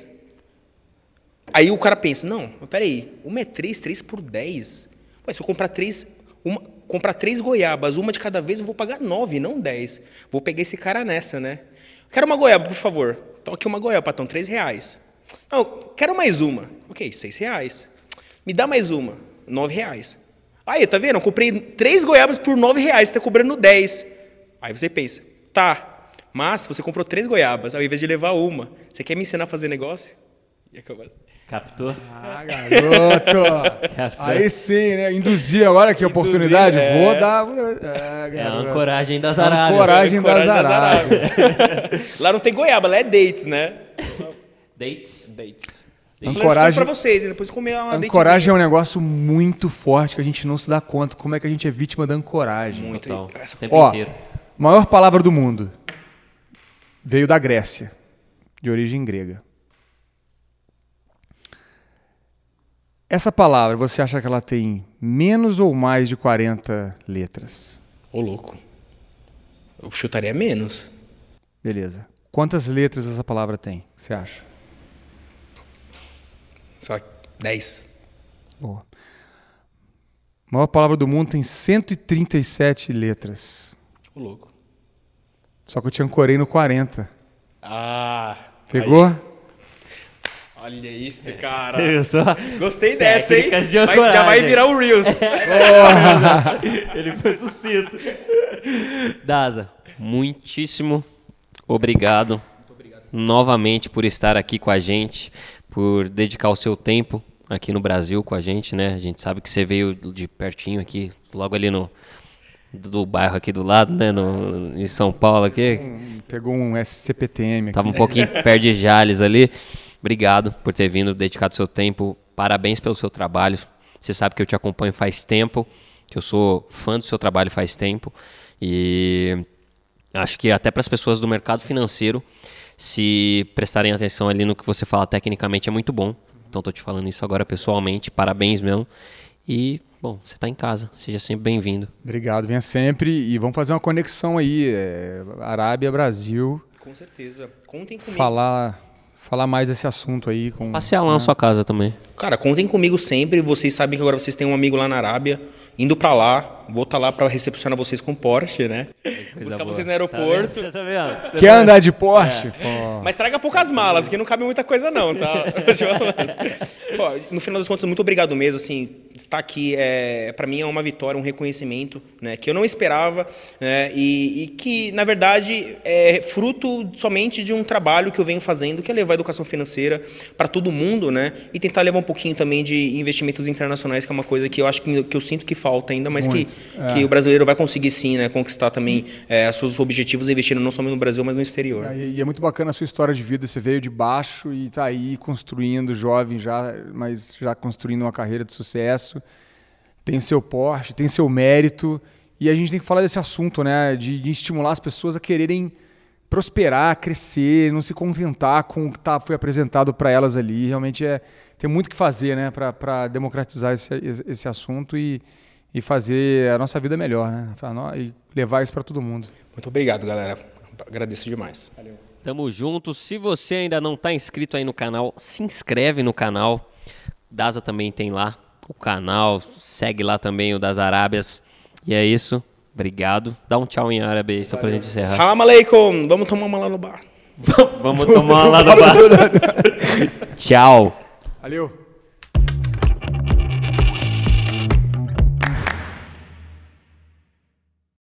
Aí o cara pensa, não, mas peraí, uma é três, três por dez. Ué, se eu comprar três, uma, comprar três goiabas, uma de cada vez, eu vou pagar nove, não dez. Vou pegar esse cara nessa, né? Quero uma goiaba, por favor. Toque uma goiaba, patrão, três reais. Não, quero mais uma. Ok, seis reais. Me dá mais uma, nove reais. Aí, tá vendo? Eu comprei três goiabas por nove reais, você tá cobrando dez. Aí você pensa, tá, mas você comprou três goiabas, ao invés de levar uma. Você quer me ensinar a fazer negócio? E acabou. Captou? Ah, garoto! Captou. Aí sim, né? Induzir agora que oportunidade. é... Vou dar. É, é a ancoragem das Arábias. Ancoragem, ancoragem das, das Arábias. Arábias. Lá não tem goiaba, lá é dates, né? Dates? Dates. Ancoragem para vocês, e depois comer uma Ancoragem é um negócio muito forte que a gente não se dá conta. Como é que a gente é vítima da ancoragem? Muito. Total. Essa... O tempo Ó, inteiro. maior palavra do mundo. Veio da Grécia, de origem grega. Essa palavra, você acha que ela tem menos ou mais de quarenta letras? Ô, louco. Eu chutaria menos. Beleza. Quantas letras essa palavra tem, você acha? Sei lá, dez. Boa. A maior palavra do mundo tem cento e trinta e sete letras. Ô, louco. Só que eu te ancorei no quarenta. Ah. Pegou? Aí, Olha isso, cara. Você viu só? Gostei dessa, hein? Técnicas de Vai- já vai virar o Reels. Ele foi sucinto. Daza, muitíssimo obrigado, novamente por estar aqui com a gente, por dedicar o seu tempo aqui no Brasil com a gente, né? A gente sabe que você veio de pertinho aqui, logo ali no do bairro aqui do lado, né? No, em São Paulo aqui. Pegou um S C P T M aqui. Tava um pouquinho perto de Jales ali. Obrigado por ter vindo, dedicado seu tempo. Parabéns pelo seu trabalho. Você sabe que eu te acompanho faz tempo, que eu sou fã do seu trabalho faz tempo. E acho que até para as pessoas do mercado financeiro, se prestarem atenção ali no que você fala tecnicamente, é muito bom. Então estou te falando isso agora pessoalmente. Parabéns mesmo. E, bom, você está em casa. Seja sempre bem-vindo. Obrigado, venha sempre. E vamos fazer uma conexão aí. É, Arábia, Brasil. Com certeza. Contem comigo. Falar, falar mais desse assunto aí. Com, Passear lá né? na sua casa também. Cara, contem comigo sempre. Vocês sabem que agora vocês têm um amigo lá na Arábia. Indo pra lá, vou estar lá pra recepcionar vocês com Porsche, né? Buscar boa. vocês no aeroporto. Você tá vendo? Você Quer tá andar de Porsche? Pô. Mas traga poucas malas, que não cabe muita coisa não, tá? Pô, no final das contas, muito obrigado mesmo, assim, estar aqui, é, para mim é uma vitória, um reconhecimento, né, que eu não esperava, né, e, e que, na verdade, é fruto somente de um trabalho que eu venho fazendo, que é levar a educação financeira para todo mundo, né, e tentar levar um pouquinho também de investimentos internacionais, que é uma coisa que eu acho que, que eu sinto que falta ainda, mas Muito, que, é. que o brasileiro vai conseguir sim, né, conquistar também é, seus objetivos investindo não somente no Brasil, mas no exterior. E e é muito bacana a sua história de vida. Você veio de baixo e está aí construindo, jovem já, mas já construindo uma carreira de sucesso. Tem seu Porsche, tem seu mérito. E a gente tem que falar desse assunto, né? De, de estimular as pessoas a quererem prosperar, crescer, não se contentar com o que tá, foi apresentado para elas ali. Realmente é, tem muito o que fazer, né? Para democratizar esse, esse assunto e, e fazer a nossa vida melhor, né? E levar isso para todo mundo. Muito obrigado, galera. Agradeço demais. Valeu. Tamo junto. Se você ainda não está inscrito aí no canal, se inscreve no canal. Daza também tem lá o canal. Segue lá também o das Arábias. E é isso. Obrigado. Dá um tchau em árabe aí, só pra gente encerrar. Salam aleikum. Vamos tomar uma lá no bar. Vamos tomar uma lá no bar. Tchau. Valeu.